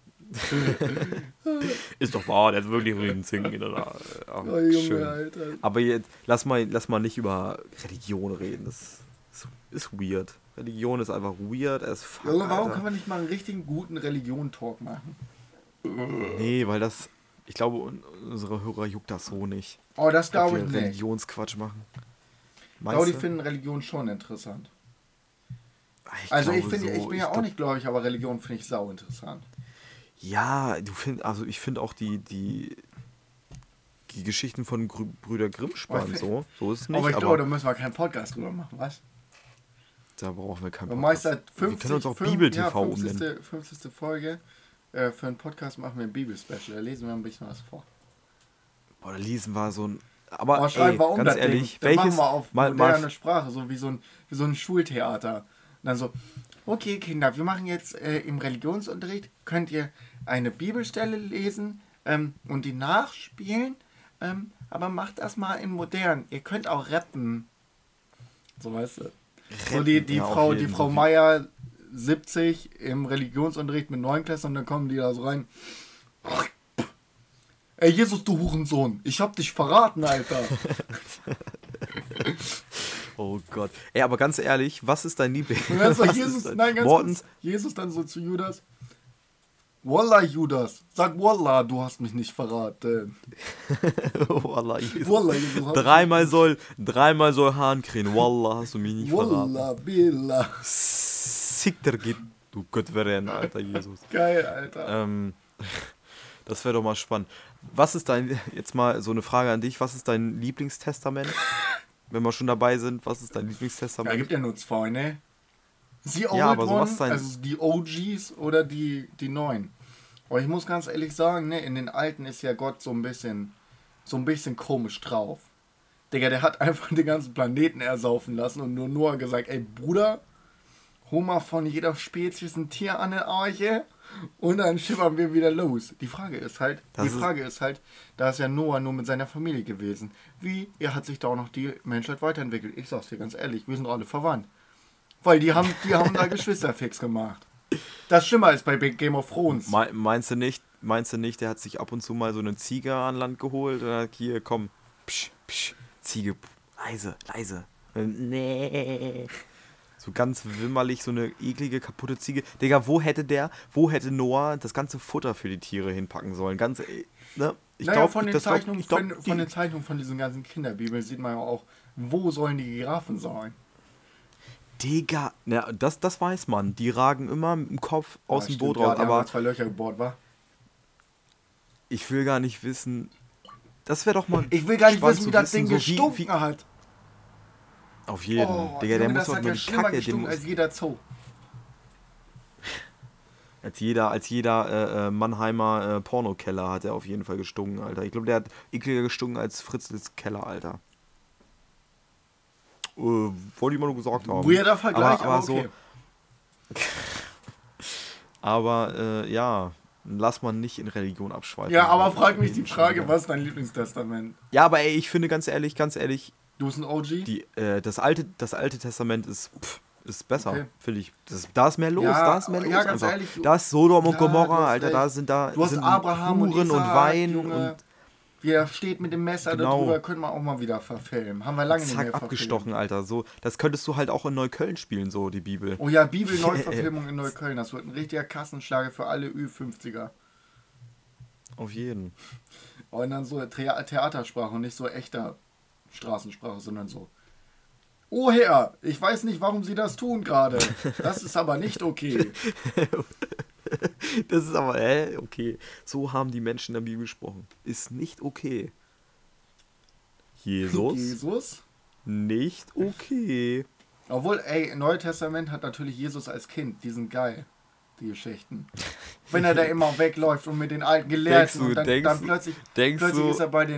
[SPEAKER 1] Ist doch wahr, der hat wirklich einen Riesenzing.
[SPEAKER 2] Oh, Junge,
[SPEAKER 1] schön.
[SPEAKER 2] Alter.
[SPEAKER 1] Aber jetzt, lass mal nicht über Religion reden. Das ist weird. Religion ist einfach weird as fuck,
[SPEAKER 2] Junge, warum
[SPEAKER 1] Alter.
[SPEAKER 2] können wir nicht mal einen richtigen guten Religion-Talk machen?
[SPEAKER 1] Nee, weil das... Ich glaube, unsere Hörer juckt das so nicht.
[SPEAKER 2] Oh, das
[SPEAKER 1] Ob
[SPEAKER 2] glaube
[SPEAKER 1] wir
[SPEAKER 2] ich nicht.
[SPEAKER 1] Religionsquatsch machen.
[SPEAKER 2] Ich glaube, die
[SPEAKER 1] du?
[SPEAKER 2] finden Religion schon interessant.
[SPEAKER 1] Ich
[SPEAKER 2] Also ich
[SPEAKER 1] glaube
[SPEAKER 2] bin
[SPEAKER 1] so.
[SPEAKER 2] ja auch
[SPEAKER 1] glaub-
[SPEAKER 2] nicht gläubig, aber Religion finde ich sau interessant.
[SPEAKER 1] Ja, ich finde auch die Geschichten von Brüder Grimm spannend, so. So ist es nicht,
[SPEAKER 2] aber ich
[SPEAKER 1] aber
[SPEAKER 2] glaube, da müssen wir keinen Podcast drüber machen, was?
[SPEAKER 1] da brauchen wir keinen
[SPEAKER 2] Wir
[SPEAKER 1] Podcast.
[SPEAKER 2] Meister
[SPEAKER 1] Wir können uns auch Bibel-TV umnennen.
[SPEAKER 2] 50. Folge. Für einen Podcast machen wir ein Bibel-Special. Da lesen wir ein bisschen was vor.
[SPEAKER 1] Boah, da lesen wir so ein... Aber
[SPEAKER 2] Aber schreiben wir um
[SPEAKER 1] ganz
[SPEAKER 2] das
[SPEAKER 1] ehrlich,
[SPEAKER 2] Ding. Dann
[SPEAKER 1] welches...
[SPEAKER 2] machen wir auf
[SPEAKER 1] mal,
[SPEAKER 2] moderne Sprache, so wie so ein Schultheater. Und dann so, okay Kinder, wir machen jetzt im Religionsunterricht, könnt ihr eine Bibelstelle lesen und die nachspielen, aber macht das mal in modern. Ihr könnt auch rappen. So, weißt du. So die
[SPEAKER 1] ja, auf
[SPEAKER 2] Frau,
[SPEAKER 1] jeden
[SPEAKER 2] die Frau
[SPEAKER 1] Fall.
[SPEAKER 2] Meier 70 im Religionsunterricht mit 9 Klässlern und dann kommen die da so rein. Ey, Jesus, du Hurensohn, ich hab dich verraten, Alter.
[SPEAKER 1] Oh Gott. Ey, aber ganz ehrlich, was ist dein Liebling?
[SPEAKER 2] Und dann so
[SPEAKER 1] Was
[SPEAKER 2] Jesus,
[SPEAKER 1] ist dein-
[SPEAKER 2] nein, ganz
[SPEAKER 1] Mortens,
[SPEAKER 2] kurz, Jesus dann so zu Judas. Wallah, Judas, sag Wallah, du hast mich nicht verraten.
[SPEAKER 1] Wallah, Jesus.
[SPEAKER 2] Wallah, Jesus, hast
[SPEAKER 1] Dreimal soll Hahn krähen. Wallah, hast du mich nicht verraten.
[SPEAKER 2] Wallah, Billah.
[SPEAKER 1] Sick der geht, du Gott verrennen, Alter, Jesus.
[SPEAKER 2] Geil, Alter.
[SPEAKER 1] Das wäre doch mal spannend. Was ist jetzt mal so eine Frage an dich, was ist dein Lieblingstestament? Wenn wir schon dabei sind, was ist dein
[SPEAKER 2] Ja,
[SPEAKER 1] Lieblingstestament?
[SPEAKER 2] gibt ja nur zwei, ne? The
[SPEAKER 1] Ja,
[SPEAKER 2] Old
[SPEAKER 1] aber so was
[SPEAKER 2] One,
[SPEAKER 1] ist dein...
[SPEAKER 2] also die OGs oder die neuen. Aber ich muss ganz ehrlich sagen, ne, in den alten ist ja Gott so ein bisschen komisch drauf. Digga, der hat einfach den ganzen Planeten ersaufen lassen und nur Noah gesagt, ey Bruder, hol mal von jeder Spezies ein Tier an der Arche und dann schippern wir wieder los. Die Frage ist halt, da ist ja Noah nur mit seiner Familie gewesen. Er hat sich da auch noch die Menschheit weiterentwickelt? Ich sag's dir ganz ehrlich, wir sind alle verwandt. Weil die haben da Geschwisterfix gemacht. Das ist schlimmer als bei Game of Thrones.
[SPEAKER 1] Meinst du nicht, der hat sich ab und zu mal so eine Ziege an Land geholt und hat hier, komm, psch, psch, Ziege, leise. Nee. So ganz wimmerlich, so eine eklige, kaputte Ziege. Digga, wo hätte Noah das ganze Futter für die Tiere hinpacken sollen? Ne?
[SPEAKER 2] Von den Zeichnungen von diesen ganzen Kinderbibeln sieht man ja auch, wo sollen die Giraffen sein?
[SPEAKER 1] Digga, das weiß man. Die ragen immer mit dem Kopf aus dem Boot raus. Aber
[SPEAKER 2] 2 Löcher gebohrt, wa?
[SPEAKER 1] Ich will gar nicht wissen. Das wäre doch mal.
[SPEAKER 2] Ich will gar nicht wissen, wie das Ding gestunken hat.
[SPEAKER 1] Auf jeden. Digga, der muss doch nur die Kacke.
[SPEAKER 2] Als jeder Zoo.
[SPEAKER 1] Als jeder Mannheimer Pornokeller hat er auf jeden Fall gestunken, Alter. Ich glaube, der hat ekliger gestunken als Fritzls Keller, Alter. Wollte ich mal nur gesagt haben.
[SPEAKER 2] Weirder Vergleich, aber okay.
[SPEAKER 1] Aber ja, lass man nicht in Religion abschweifen.
[SPEAKER 2] Ja, aber frag mich die Frage, was ist dein Lieblingstestament?
[SPEAKER 1] Ja, aber ey, ich finde ganz ehrlich,
[SPEAKER 2] du bist ein OG?
[SPEAKER 1] Das alte Testament ist besser, okay. Finde ich. Da ist mehr los, Ja, ganz ehrlich. Da ist Sodom und Gomorra, Alter, da sind
[SPEAKER 2] Abraham
[SPEAKER 1] Huren und Wein und
[SPEAKER 2] wie er steht mit dem Messer darüber, könnte man auch mal wieder verfilmen. Haben wir lange nicht mehr verfilmt.
[SPEAKER 1] Abgestochen, Alter. So, das könntest du halt auch in Neukölln spielen, so die Bibel.
[SPEAKER 2] Oh ja, Bibel-Neuverfilmung in Neukölln. Das wird ein richtiger Kassenschlager für alle Ü50er.
[SPEAKER 1] Auf jeden.
[SPEAKER 2] Und dann so Theatersprache und nicht so echter Straßensprache, sondern so: Oh Herr, ich weiß nicht, warum Sie das tun gerade. Das ist aber nicht okay.
[SPEAKER 1] Das ist aber, okay. So haben die Menschen in der Bibel gesprochen. Ist nicht okay. Jesus? Nicht okay.
[SPEAKER 2] Obwohl, im Neuen Testament hat natürlich Jesus als Kind. Die sind geil, die Geschichten. Wenn er da immer wegläuft und mit den alten Gelehrten und dann plötzlich ist er bei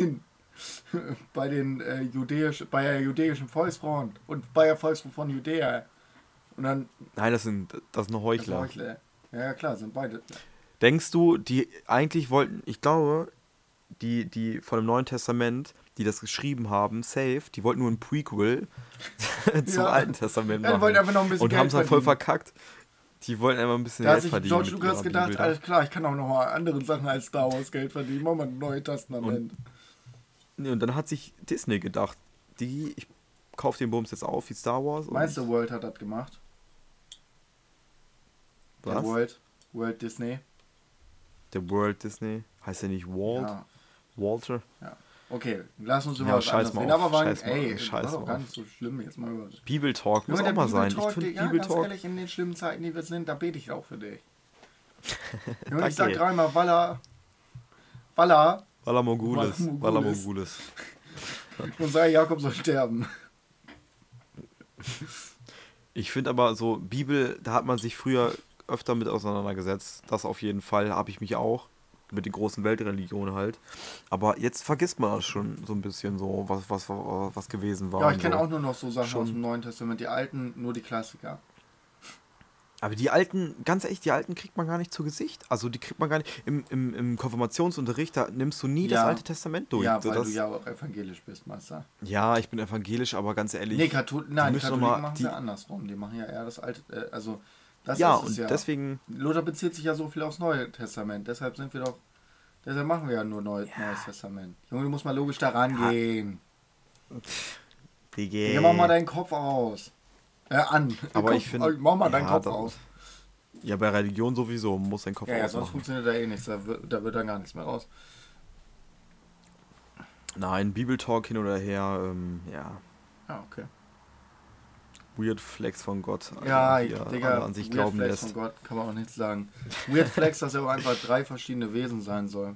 [SPEAKER 2] der jüdischen Volksfront und bei der Volksfront von Judäa. Und dann,
[SPEAKER 1] nein, das sind Heuchler.
[SPEAKER 2] Ja, klar, sind beide.
[SPEAKER 1] Denkst du, die eigentlich wollten, ich glaube, die von dem Neuen Testament, die das geschrieben haben, safe, die wollten nur ein Prequel zum Alten Testament machen.
[SPEAKER 2] Die wollten einfach noch ein bisschen
[SPEAKER 1] und haben es halt voll verkackt. Die wollten einfach ein bisschen Geld verdienen.
[SPEAKER 2] Da hat sich George Lucas gedacht, alles klar, ich kann auch noch mal andere Sachen als Star Wars Geld verdienen. Machen wir ein Neues Testament.
[SPEAKER 1] Und dann hat sich Disney gedacht, ich kaufe den Bums jetzt auf wie Star Wars.
[SPEAKER 2] Meinst du, Walt hat das gemacht?
[SPEAKER 1] Was?
[SPEAKER 2] Der Walt Disney.
[SPEAKER 1] Der Walt Disney? Heißt der nicht Walt?
[SPEAKER 2] Ja.
[SPEAKER 1] Walter?
[SPEAKER 2] Ja. Okay, lass uns über was anderes reden. Aber
[SPEAKER 1] scheiß
[SPEAKER 2] doch gar nicht so schlimm jetzt mal über.
[SPEAKER 1] Bibeltalk muss auch mal sein.
[SPEAKER 2] Ich finde Bibeltalk, ganz ehrlich, in den schlimmen Zeiten, die wir sind, da bete ich auch für dich. Junge, ich sag dreimal Walla
[SPEAKER 1] Mogulis.
[SPEAKER 2] Und sage, Jakob soll sterben.
[SPEAKER 1] Ich finde aber so, Bibel, da hat man sich früher öfter mit auseinandergesetzt. Das auf jeden Fall, habe ich mich auch. Mit den großen Weltreligionen halt. Aber jetzt vergisst man das schon so ein bisschen so, was gewesen war.
[SPEAKER 2] Ja, ich kenne auch nur noch so Sachen aus dem Neuen Testament. Die alten, nur die Klassiker.
[SPEAKER 1] Aber die alten, ganz ehrlich, die alten kriegt man gar nicht zu Gesicht. Also die kriegt man gar nicht. Im Konfirmationsunterricht, da nimmst du nie das Alte Testament durch.
[SPEAKER 2] Ja, weil du ja auch evangelisch bist, Meister.
[SPEAKER 1] Ja, ich bin evangelisch, aber ganz ehrlich.
[SPEAKER 2] Nee, die Katholiken machen es ja andersrum. Die machen ja eher das Alte, das
[SPEAKER 1] ja,
[SPEAKER 2] ist es
[SPEAKER 1] und deswegen.
[SPEAKER 2] Luther bezieht sich ja so viel aufs Neue Testament. Deshalb machen wir ja nur Neues Testament. Junge, du musst mal logisch da rangehen.
[SPEAKER 1] Ja,
[SPEAKER 2] mach mal deinen Kopf aus. An.
[SPEAKER 1] Aber ich finde.
[SPEAKER 2] Mach mal deinen Kopf aus.
[SPEAKER 1] Ja, bei Religion sowieso muss dein Kopf aus.
[SPEAKER 2] Ja, sonst funktioniert da eh nichts. Da wird dann gar nichts mehr raus.
[SPEAKER 1] Nein, Bibeltalk hin oder her, ja.
[SPEAKER 2] Ah, okay.
[SPEAKER 1] Weird Flex von Gott. Alter,
[SPEAKER 2] Ja,
[SPEAKER 1] wie er
[SPEAKER 2] Digga,
[SPEAKER 1] alle an sich
[SPEAKER 2] Weird
[SPEAKER 1] glauben
[SPEAKER 2] Flex
[SPEAKER 1] lässt.
[SPEAKER 2] von Gott, kann man auch nichts sagen. Weird Flex, dass er auch einfach 3 verschiedene Wesen sein soll.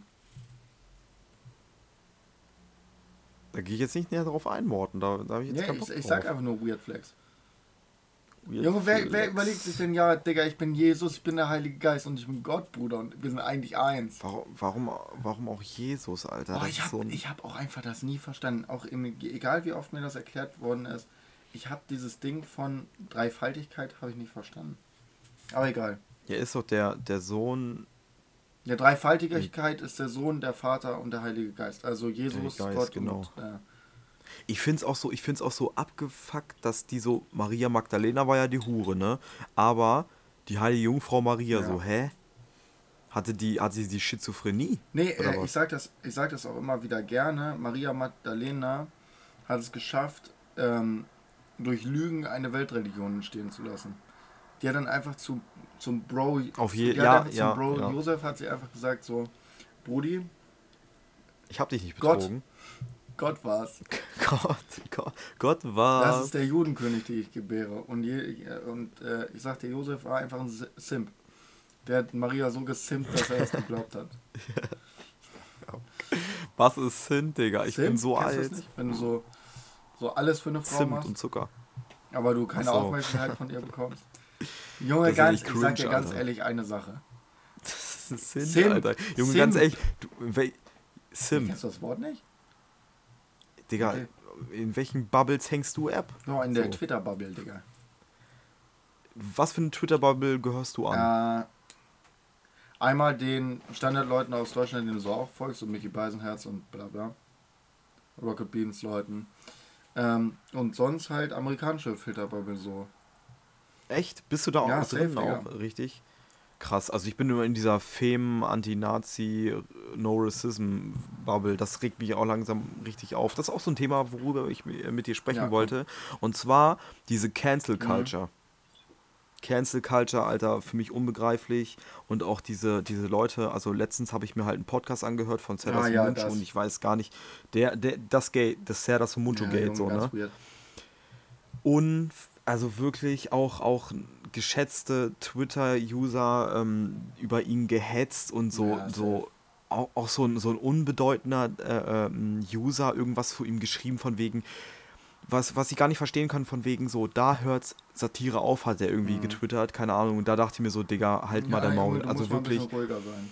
[SPEAKER 1] Da gehe ich jetzt nicht näher drauf ein, Morten. Da habe ich jetzt
[SPEAKER 2] Ja,
[SPEAKER 1] keinen Bock
[SPEAKER 2] ich
[SPEAKER 1] drauf.
[SPEAKER 2] sag einfach nur Weird Flex.
[SPEAKER 1] Weird
[SPEAKER 2] Junge, wer
[SPEAKER 1] Flex.
[SPEAKER 2] überlegt sich denn, ja, Digga, ich bin Jesus, ich bin der Heilige Geist und ich bin Gott, Bruder, und wir sind eigentlich eins.
[SPEAKER 1] Warum auch Jesus, Alter?
[SPEAKER 2] Boah,
[SPEAKER 1] Das ist so ein...
[SPEAKER 2] ich hab auch einfach das nie verstanden. Auch egal wie oft mir das erklärt worden ist, ich habe dieses Ding von Dreifaltigkeit habe ich nicht verstanden. Aber egal.
[SPEAKER 1] Ja, ist doch der Sohn...
[SPEAKER 2] Der Dreifaltigkeit ist der Sohn, der Vater und der Heilige Geist. Also Jesus,
[SPEAKER 1] Geist,
[SPEAKER 2] Gott
[SPEAKER 1] genau.
[SPEAKER 2] und...
[SPEAKER 1] Ich find's auch so abgefuckt, dass die so... Maria Magdalena war ja die Hure, ne? Aber die heilige Jungfrau Maria,
[SPEAKER 2] Ja.
[SPEAKER 1] so, hä? Hatte sie die Schizophrenie?
[SPEAKER 2] Nee,
[SPEAKER 1] Oder
[SPEAKER 2] ich
[SPEAKER 1] was?
[SPEAKER 2] sag das auch immer wieder gerne. Maria Magdalena hat es geschafft, durch Lügen eine Weltreligion entstehen zu lassen. Die hat dann einfach zum Bro,
[SPEAKER 1] Ja.
[SPEAKER 2] Josef hat sie einfach gesagt so, Brudi,
[SPEAKER 1] Ich hab dich nicht
[SPEAKER 2] Gott.
[SPEAKER 1] betrogen.
[SPEAKER 2] Gott war's.
[SPEAKER 1] Gott
[SPEAKER 2] Das
[SPEAKER 1] war...
[SPEAKER 2] ist der Judenkönig, den ich gebäre. Und ich sagte, Josef war einfach ein Simp. Der hat Maria so gesimpt, dass er es geglaubt hat.
[SPEAKER 1] Was ist Sinn, Digga? Ich bin
[SPEAKER 2] Simp?
[SPEAKER 1] so
[SPEAKER 2] Kennst du das
[SPEAKER 1] alt.
[SPEAKER 2] nicht? Wenn du so alles für eine Frau
[SPEAKER 1] Zimt
[SPEAKER 2] machst,
[SPEAKER 1] und Zucker.
[SPEAKER 2] aber du keine
[SPEAKER 1] Ach so.
[SPEAKER 2] Aufmerksamkeit von ihr bekommst. Junge,
[SPEAKER 1] Das ist echt
[SPEAKER 2] ich sag dir
[SPEAKER 1] cringe,
[SPEAKER 2] ganz
[SPEAKER 1] Alter.
[SPEAKER 2] ehrlich eine Sache.
[SPEAKER 1] Das ist Sinn,
[SPEAKER 2] Simp.
[SPEAKER 1] Alter. Junge,
[SPEAKER 2] Simp.
[SPEAKER 1] ganz ehrlich. Sim,
[SPEAKER 2] Kennst du das Wort nicht?
[SPEAKER 1] Digga,
[SPEAKER 2] Okay.
[SPEAKER 1] in welchen Bubbles hängst du ab?
[SPEAKER 2] No, in der
[SPEAKER 1] So.
[SPEAKER 2] Twitter-Bubble, Digga.
[SPEAKER 1] Was für eine Twitter-Bubble gehörst du an?
[SPEAKER 2] Einmal den Standardleuten aus Deutschland, denen du so auch folgst, so Mickey Beisenherz und bla bla. Rocket Beans Leuten. Und sonst halt amerikanische Filterbubble so.
[SPEAKER 1] Echt? Bist du da
[SPEAKER 2] Ja,
[SPEAKER 1] auch
[SPEAKER 2] safe,
[SPEAKER 1] drin?
[SPEAKER 2] Digga.
[SPEAKER 1] Auch richtig? Krass. Also ich bin nur in dieser Fem-Anti-Nazi No-Racism-Bubble. Das regt mich auch langsam richtig auf. Das ist auch so ein Thema, worüber ich mit dir sprechen
[SPEAKER 2] Ja,
[SPEAKER 1] wollte. Und zwar diese Cancel Culture. Cancel Culture, Alter, für mich unbegreiflich. Und auch diese Leute, also letztens habe ich mir halt einen Podcast angehört von Serdar
[SPEAKER 2] ja,
[SPEAKER 1] Somuncu
[SPEAKER 2] das.
[SPEAKER 1] und ich weiß gar nicht, das Serdar Somuncu
[SPEAKER 2] Ja,
[SPEAKER 1] Gate,
[SPEAKER 2] Junge,
[SPEAKER 1] so,
[SPEAKER 2] ganz
[SPEAKER 1] ne?
[SPEAKER 2] weird.
[SPEAKER 1] Und also wirklich auch geschätzte Twitter-User über ihn gehetzt und so,
[SPEAKER 2] Ja,
[SPEAKER 1] so auch so ein unbedeutender User irgendwas zu ihm geschrieben von wegen, was ich gar nicht verstehen kann, von wegen so, da hört Satire auf, hat er irgendwie getwittert, keine Ahnung. Und da dachte ich mir so, Digga, halt mal dein Maul.
[SPEAKER 2] Junge, du
[SPEAKER 1] Also
[SPEAKER 2] musst mal ein
[SPEAKER 1] wirklich,
[SPEAKER 2] bisschen ruhiger sein.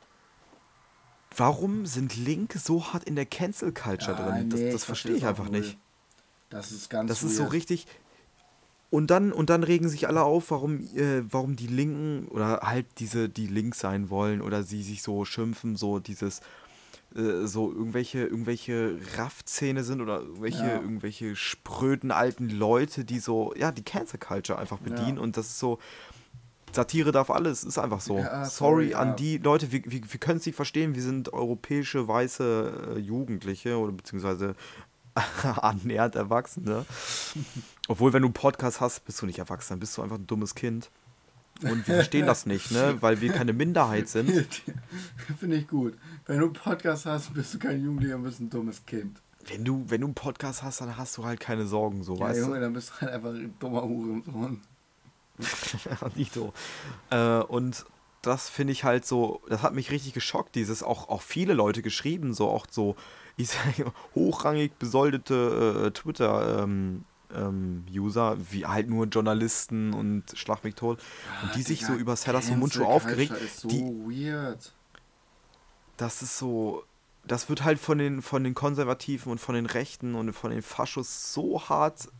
[SPEAKER 1] warum sind Linke so hart in der Cancel Culture drin?
[SPEAKER 2] nee,
[SPEAKER 1] Das verstehe ich
[SPEAKER 2] das auch
[SPEAKER 1] einfach
[SPEAKER 2] null.
[SPEAKER 1] nicht.
[SPEAKER 2] Das ist ganz
[SPEAKER 1] Das
[SPEAKER 2] weird.
[SPEAKER 1] ist so richtig. Und dann regen sich alle auf, warum die Linken oder halt die links sein wollen oder sie sich so schimpfen, so dieses so irgendwelche Raff-Szene sind oder irgendwelche spröden alten Leute, die so, ja, die Cancel Culture einfach bedienen und das ist so, Satire darf alles, ist einfach so.
[SPEAKER 2] Ja,
[SPEAKER 1] sorry
[SPEAKER 2] sorry,
[SPEAKER 1] an
[SPEAKER 2] ja.
[SPEAKER 1] die Leute, wir können es nicht verstehen, wir sind europäische weiße Jugendliche oder beziehungsweise annähernd Erwachsene. Obwohl, wenn du einen Podcast hast, bist du nicht erwachsen, dann bist du einfach ein dummes Kind. Und wir verstehen das nicht, ne? Weil wir keine Minderheit sind.
[SPEAKER 2] Finde ich gut. Wenn du einen Podcast hast, bist du kein Jugendlicher, bist ein dummes Kind.
[SPEAKER 1] Wenn du einen Podcast hast, dann hast du halt keine Sorgen, so,
[SPEAKER 2] Ja,
[SPEAKER 1] weißt
[SPEAKER 2] Junge, dann bist du halt einfach ein dummer Hurensohn.
[SPEAKER 1] du? Nicht so. Und das finde ich halt so, das hat mich richtig geschockt, dieses auch viele Leute geschrieben, so auch so, ich sage, hochrangig besoldete Twitter-User, wie halt nur Journalisten und Schlag mich tot, und die sich so über Serdar Somuncu aufgeregt,
[SPEAKER 2] ist so
[SPEAKER 1] die,
[SPEAKER 2] weird.
[SPEAKER 1] das ist so, das wird halt von den Konservativen und von den Rechten und von den Faschos so hart,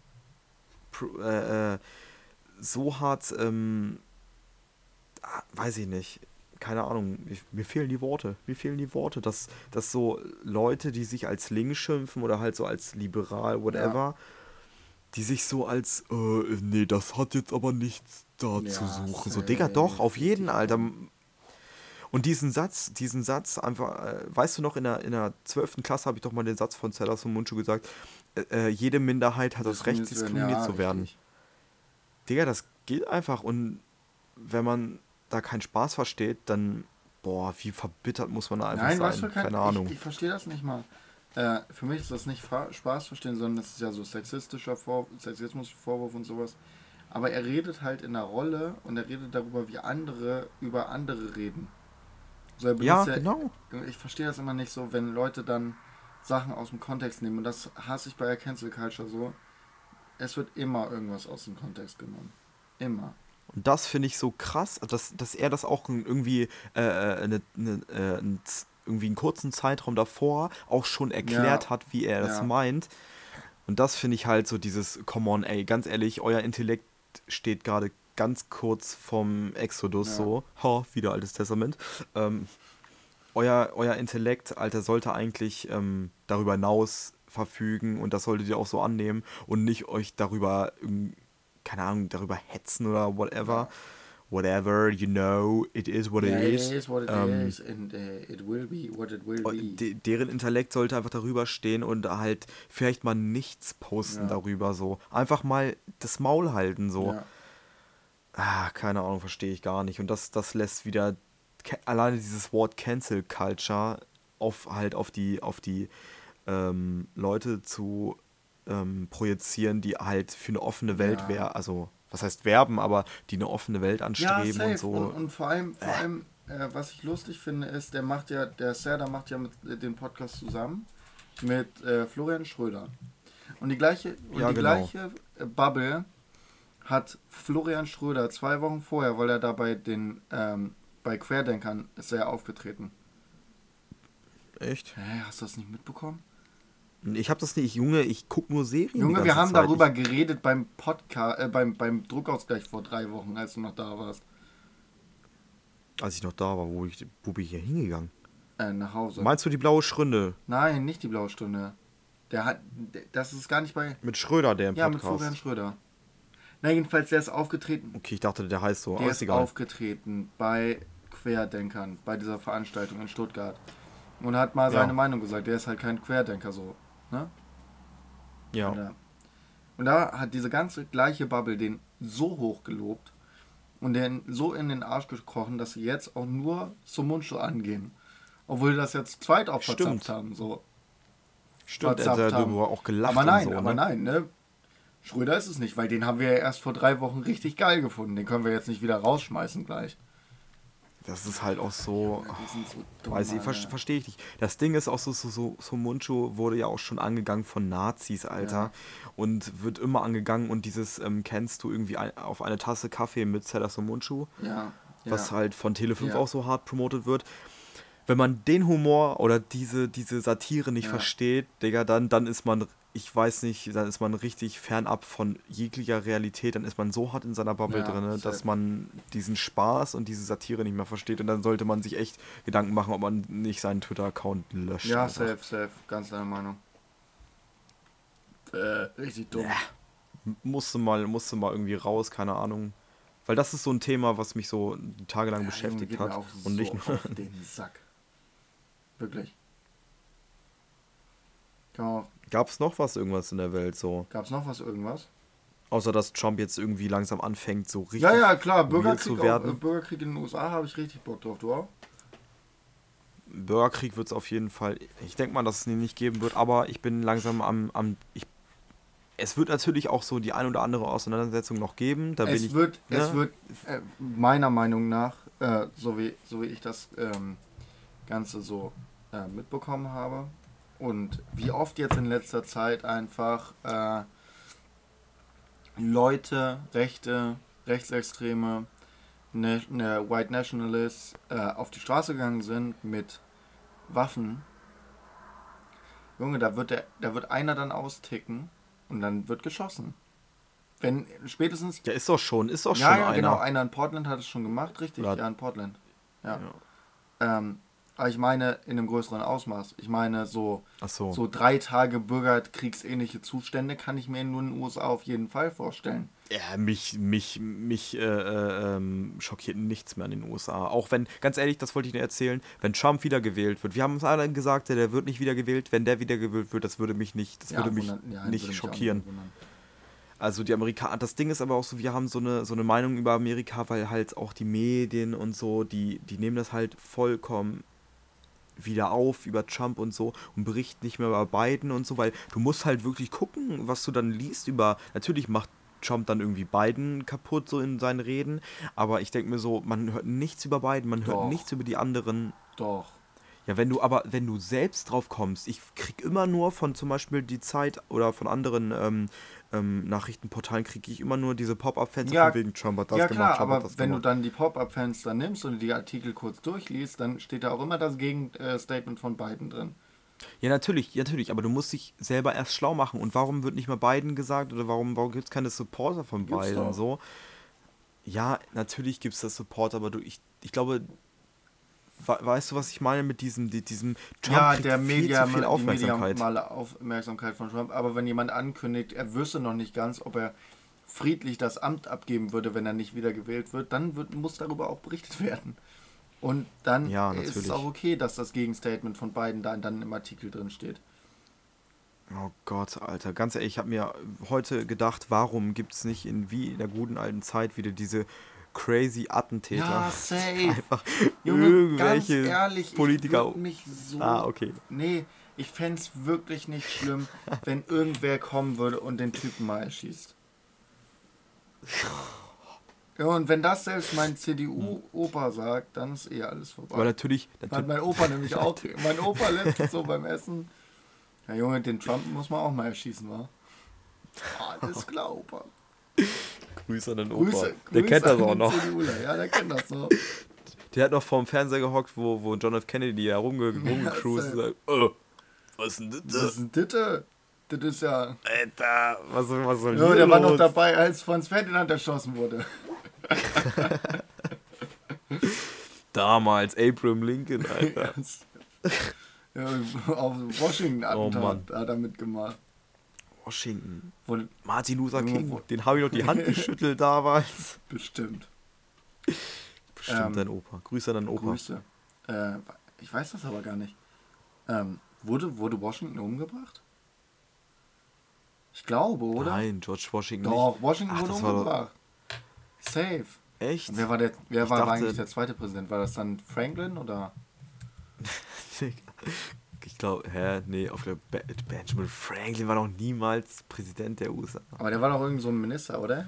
[SPEAKER 1] weiß ich nicht, keine Ahnung, mir fehlen die Worte, dass so Leute, die sich als links schimpfen oder halt so als liberal, whatever, die sich so als, nee, das hat jetzt aber nichts da zu suchen. So, Digga, doch, auf jeden, Alter. Und diesen Satz einfach, weißt du noch, in der 12. Klasse habe ich doch mal den Satz von Serdar Somuncu gesagt, jede Minderheit hat das Recht, diskriminiert zu werden.
[SPEAKER 2] Richtig.
[SPEAKER 1] Digga, das geht einfach. Und wenn man da keinen Spaß versteht, dann, boah, wie verbittert muss man da einfach
[SPEAKER 2] Nein,
[SPEAKER 1] sein?
[SPEAKER 2] was für
[SPEAKER 1] Keine Ahnung.
[SPEAKER 2] Ich verstehe das nicht mal. für mich ist das nicht Spaß verstehen, sondern das ist ja so Sexismusvorwurf und sowas. Aber er redet halt in der Rolle und er redet darüber, wie andere über andere reden. So, er benutzt
[SPEAKER 1] Ja,
[SPEAKER 2] ja,
[SPEAKER 1] genau.
[SPEAKER 2] ich verstehe das immer nicht so, wenn Leute dann Sachen aus dem Kontext nehmen. Und das hasse ich bei der Cancel Culture so. Es wird immer irgendwas aus dem Kontext genommen. Immer.
[SPEAKER 1] Und das finde ich so krass, dass er das auch irgendwie irgendwie einen kurzen Zeitraum davor auch schon
[SPEAKER 2] Ja,
[SPEAKER 1] erklärt hat, wie er das
[SPEAKER 2] ja,
[SPEAKER 1] meint. Und das finde ich halt so dieses, come on, ey, ganz ehrlich, euer Intellekt steht gerade ganz kurz vom Exodus
[SPEAKER 2] ja,
[SPEAKER 1] so. Ha, wieder Altes Testament. Ähm, euer Intellekt, Alter, sollte eigentlich darüber hinaus verfügen und das solltet ihr auch so annehmen und nicht euch darüber, keine Ahnung, darüber hetzen oder whatever.
[SPEAKER 2] ja.
[SPEAKER 1] Whatever, you know, it is what it
[SPEAKER 2] Ja, it
[SPEAKER 1] is.
[SPEAKER 2] is what it is and it will be what it will be.
[SPEAKER 1] Deren Intellekt sollte einfach darüber stehen und halt vielleicht mal nichts posten
[SPEAKER 2] Ja,
[SPEAKER 1] darüber so. Einfach mal das Maul halten so.
[SPEAKER 2] ja,
[SPEAKER 1] Ah, keine Ahnung, verstehe ich gar nicht. Und das lässt wieder alleine dieses Wort Cancel Culture auf die Leute zu projizieren, die halt für eine offene Welt
[SPEAKER 2] ja.
[SPEAKER 1] also was heißt werben, aber die eine offene Welt
[SPEAKER 2] Ja,
[SPEAKER 1] anstreben und
[SPEAKER 2] safe.
[SPEAKER 1] so.
[SPEAKER 2] Und vor allem, was ich lustig finde, ist, der Serda macht ja mit den Podcast zusammen mit Florian Schröder. Und
[SPEAKER 1] Ja,
[SPEAKER 2] die
[SPEAKER 1] genau.
[SPEAKER 2] gleiche Bubble hat Florian Schröder 2 Wochen vorher, weil er da bei Querdenkern ist er ja aufgetreten.
[SPEAKER 1] Echt?
[SPEAKER 2] Hä, hast du das nicht mitbekommen?
[SPEAKER 1] Ich hab das nicht, Junge, ich guck nur Serien die
[SPEAKER 2] Junge, wir
[SPEAKER 1] ganze
[SPEAKER 2] haben
[SPEAKER 1] Zeit.
[SPEAKER 2] darüber geredet beim Podcast, beim Druckausgleich vor 3 Wochen, als du noch da warst.
[SPEAKER 1] Als ich noch da war, wo bin ich hier hingegangen?
[SPEAKER 2] Nach Hause.
[SPEAKER 1] Meinst du die blaue Schründe?
[SPEAKER 2] Nein, nicht die blaue Stunde. Das ist gar nicht bei.
[SPEAKER 1] Mit Schröder, der im
[SPEAKER 2] Ja, mit Florian
[SPEAKER 1] Podcast.
[SPEAKER 2] Schröder. Na, jedenfalls, der ist aufgetreten.
[SPEAKER 1] Okay, ich dachte, der heißt so, aber
[SPEAKER 2] Der
[SPEAKER 1] ist
[SPEAKER 2] ist
[SPEAKER 1] egal.
[SPEAKER 2] aufgetreten bei Querdenkern, bei dieser Veranstaltung in Stuttgart. Und hat mal seine
[SPEAKER 1] Ja,
[SPEAKER 2] Meinung gesagt. Der ist halt kein Querdenker so. Ne?
[SPEAKER 1] ja.
[SPEAKER 2] Und, und da hat diese ganze gleiche Bubble den so hoch gelobt und den so in den Arsch gekrochen, dass sie jetzt auch nur zum Mundschutz angehen. Obwohl die das jetzt zweit auch verzapft
[SPEAKER 1] Stimmt.
[SPEAKER 2] haben. So
[SPEAKER 1] Stimmt, er hat
[SPEAKER 2] verzapft haben.
[SPEAKER 1] darüber auch gelacht und so,
[SPEAKER 2] Aber
[SPEAKER 1] ne?
[SPEAKER 2] nein, ne? Schröder ist es nicht, weil den haben wir ja erst vor 3 Wochen richtig geil gefunden. Den können wir jetzt nicht wieder rausschmeißen gleich.
[SPEAKER 1] Das ist halt auch so,
[SPEAKER 2] Junge, die sind so dumm,
[SPEAKER 1] weiß ich,
[SPEAKER 2] Alter.
[SPEAKER 1] verstehe ich nicht. Das Ding ist auch so Muncho wurde ja auch schon angegangen von Nazis, Alter.
[SPEAKER 2] Ja,
[SPEAKER 1] Und wird immer angegangen und kennst du irgendwie auf eine Tasse Kaffee mit Zedda Munchu,
[SPEAKER 2] ja,
[SPEAKER 1] was
[SPEAKER 2] ja,
[SPEAKER 1] halt von Tele5
[SPEAKER 2] ja,
[SPEAKER 1] auch so hart promotet wird. Wenn man den Humor oder diese Satire nicht
[SPEAKER 2] ja,
[SPEAKER 1] versteht, Digga, dann ist man, ich weiß nicht, dann ist man richtig fernab von jeglicher Realität, dann ist man so hart in seiner Bubble
[SPEAKER 2] ja,
[SPEAKER 1] drin,
[SPEAKER 2] safe.
[SPEAKER 1] dass man diesen Spaß und diese Satire nicht mehr versteht und dann sollte man sich echt Gedanken machen, ob man nicht seinen Twitter-Account löscht
[SPEAKER 2] Ja,
[SPEAKER 1] einfach.
[SPEAKER 2] safe, ganz deiner Meinung. Richtig dumm.
[SPEAKER 1] Musste mal irgendwie raus, keine Ahnung. Weil das ist so ein Thema, was mich so tagelang
[SPEAKER 2] Ja, Junge,
[SPEAKER 1] beschäftigt
[SPEAKER 2] geht mir
[SPEAKER 1] hat
[SPEAKER 2] auch
[SPEAKER 1] und nicht
[SPEAKER 2] so
[SPEAKER 1] nur.
[SPEAKER 2] auf den Sack. Wirklich. Kann
[SPEAKER 1] Gab es noch irgendwas in der Welt so?
[SPEAKER 2] Gab's noch was, irgendwas?
[SPEAKER 1] Außer dass Trump jetzt irgendwie langsam anfängt, so
[SPEAKER 2] Ja,
[SPEAKER 1] richtig
[SPEAKER 2] ja, klar,
[SPEAKER 1] weird zu werden.
[SPEAKER 2] Bürgerkrieg in den USA habe ich richtig Bock drauf, du auch?
[SPEAKER 1] Bürgerkrieg wird es auf jeden Fall. Ich denke mal, dass es ihn nicht geben wird, aber ich bin langsam es wird natürlich auch so die ein oder andere Auseinandersetzung noch geben. Da bin
[SPEAKER 2] Es
[SPEAKER 1] ich.
[SPEAKER 2] wird, es
[SPEAKER 1] Ne?
[SPEAKER 2] wird meiner Meinung nach, so wie ich das Ganze so mitbekommen habe und wie oft jetzt in letzter Zeit einfach Leute, Rechtsextreme, White Nationalists auf die Straße gegangen sind mit Waffen. Junge, da wird einer dann austicken und dann wird geschossen. Wenn spätestens.
[SPEAKER 1] Ja, ist doch
[SPEAKER 2] Ja,
[SPEAKER 1] schon
[SPEAKER 2] ja, genau.
[SPEAKER 1] einer.
[SPEAKER 2] Einer in Portland hat es schon gemacht, richtig.
[SPEAKER 1] Oder,
[SPEAKER 2] Ja, in Portland. Ja.
[SPEAKER 1] ja.
[SPEAKER 2] Aber ich meine in einem größeren Ausmaß. Ich meine
[SPEAKER 1] Ach so.
[SPEAKER 2] so 3 Tage bürgerkriegsähnliche Zustände kann ich mir nur in den USA auf jeden Fall vorstellen.
[SPEAKER 1] Ja, mich schockiert nichts mehr in den USA. Auch wenn, ganz ehrlich, das wollte ich dir erzählen, wenn Trump wiedergewählt wird. Wir haben uns alle gesagt, der wird nicht wiedergewählt. Wenn der wiedergewählt wird, das würde mich nicht
[SPEAKER 2] Würde mich auch
[SPEAKER 1] schockieren.
[SPEAKER 2] nicht wundern.
[SPEAKER 1] Also die Amerikaner, das Ding ist aber auch so, wir haben so eine Meinung über Amerika, weil halt auch die Medien und so, die nehmen das halt vollkommen wieder auf über Trump und so und berichten nicht mehr über Biden und so, weil du musst halt wirklich gucken, was du dann liest über, natürlich macht Trump dann irgendwie Biden kaputt so in seinen Reden, aber ich denke mir so, man hört nichts über Biden, man hört
[SPEAKER 2] Doch,
[SPEAKER 1] nichts über die anderen.
[SPEAKER 2] doch.
[SPEAKER 1] Ja, wenn du selbst drauf kommst, ich krieg immer nur von zum Beispiel die Zeit oder von anderen Nachrichtenportalen kriege ich immer nur diese Pop-Up-Fenster von
[SPEAKER 2] Ja,
[SPEAKER 1] wegen Trump hat das
[SPEAKER 2] ja
[SPEAKER 1] gemacht,
[SPEAKER 2] klar,
[SPEAKER 1] Trump hat
[SPEAKER 2] aber
[SPEAKER 1] das
[SPEAKER 2] wenn du
[SPEAKER 1] gemacht.
[SPEAKER 2] dann die Pop-Up-Fenster nimmst und die Artikel kurz durchliest, dann steht da auch immer das Gegenstatement von Biden drin.
[SPEAKER 1] Ja, natürlich, aber du musst dich selber erst schlau machen. Und warum wird nicht mal Biden gesagt oder warum gibt es keine Supporter von
[SPEAKER 2] Gibt's
[SPEAKER 1] Biden
[SPEAKER 2] doch.
[SPEAKER 1] so? Ja, natürlich gibt es das Support, aber ich glaube, weißt du, was ich meine mit diesem Trump
[SPEAKER 2] Ja,
[SPEAKER 1] kriegt viel zu viel
[SPEAKER 2] die
[SPEAKER 1] Aufmerksamkeit.
[SPEAKER 2] mediale Aufmerksamkeit von Trump, aber wenn jemand ankündigt, er wüsste noch nicht ganz, ob er friedlich das Amt abgeben würde, wenn er nicht wieder gewählt wird, dann muss darüber auch berichtet werden. Und dann
[SPEAKER 1] Ja,
[SPEAKER 2] ist es auch
[SPEAKER 1] natürlich.
[SPEAKER 2] okay, dass das Gegenstatement von Biden dann im Artikel drin steht.
[SPEAKER 1] Oh Gott, Alter, ganz ehrlich, ich habe mir heute gedacht, warum gibt es nicht wie in der guten alten Zeit wieder diese crazy Attentäter,
[SPEAKER 2] Ja,
[SPEAKER 1] die
[SPEAKER 2] safe.
[SPEAKER 1] einfach
[SPEAKER 2] Junge, ganz
[SPEAKER 1] irgendwelche
[SPEAKER 2] ehrlich, ich
[SPEAKER 1] Politiker.
[SPEAKER 2] würde mich
[SPEAKER 1] Ah,
[SPEAKER 2] so.
[SPEAKER 1] okay.
[SPEAKER 2] Nee, ich fände es wirklich nicht schlimm, wenn irgendwer kommen würde und den Typen mal erschießt. Ja, und wenn das selbst mein CDU-Opa sagt, dann ist eh alles
[SPEAKER 1] Aber
[SPEAKER 2] vorbei.
[SPEAKER 1] natürlich,
[SPEAKER 2] Hat mein Opa nämlich auch. Mein Opa letztens so beim Essen. Ja, Junge, den Trump muss man auch mal erschießen, wa? Alles klar, Opa.
[SPEAKER 1] Grüße an den Opa.
[SPEAKER 2] Grüße,
[SPEAKER 1] Der
[SPEAKER 2] Grüße
[SPEAKER 1] kennt das
[SPEAKER 2] an
[SPEAKER 1] auch
[SPEAKER 2] den
[SPEAKER 1] noch.
[SPEAKER 2] CDUler. Ja, der kennt das noch.
[SPEAKER 1] Der hat noch vorm Fernseher gehockt, wo John F. Kennedy ja
[SPEAKER 2] Ja,
[SPEAKER 1] rumgecruised und
[SPEAKER 2] safe.
[SPEAKER 1] sagt, was ist denn
[SPEAKER 2] Was ist
[SPEAKER 1] das?
[SPEAKER 2] denn Ditte? Das ist ja.
[SPEAKER 1] Alter, was soll
[SPEAKER 2] Ja,
[SPEAKER 1] hier
[SPEAKER 2] der war noch
[SPEAKER 1] los?
[SPEAKER 2] dabei, als Franz Ferdinand erschossen wurde.
[SPEAKER 1] Damals Abraham Lincoln, Alter.
[SPEAKER 2] Ja, auf
[SPEAKER 1] Oh
[SPEAKER 2] Washington-Attentat
[SPEAKER 1] Mann.
[SPEAKER 2] hat er mitgemacht.
[SPEAKER 1] Washington.
[SPEAKER 2] Wo,
[SPEAKER 1] Martin Luther
[SPEAKER 2] Junge,
[SPEAKER 1] King, den habe ich noch die Hand geschüttelt damals.
[SPEAKER 2] bestimmt.
[SPEAKER 1] Bestimmt dein Opa. Grüße an deinen Opa.
[SPEAKER 2] Grüße. Ich weiß das aber gar nicht. Wurde Washington umgebracht? Ich glaube, oder?
[SPEAKER 1] Nein, George Washington nicht.
[SPEAKER 2] Doch, Washington
[SPEAKER 1] Ach,
[SPEAKER 2] wurde
[SPEAKER 1] das war doch...
[SPEAKER 2] umgebracht. Safe.
[SPEAKER 1] Echt?
[SPEAKER 2] Und wer
[SPEAKER 1] Ich
[SPEAKER 2] war
[SPEAKER 1] dachte...
[SPEAKER 2] eigentlich der zweite Präsident? War das dann Franklin oder?
[SPEAKER 1] Ich glaube, nee, Benjamin Franklin war noch niemals Präsident der USA.
[SPEAKER 2] Aber der war doch irgend so ein Minister, oder?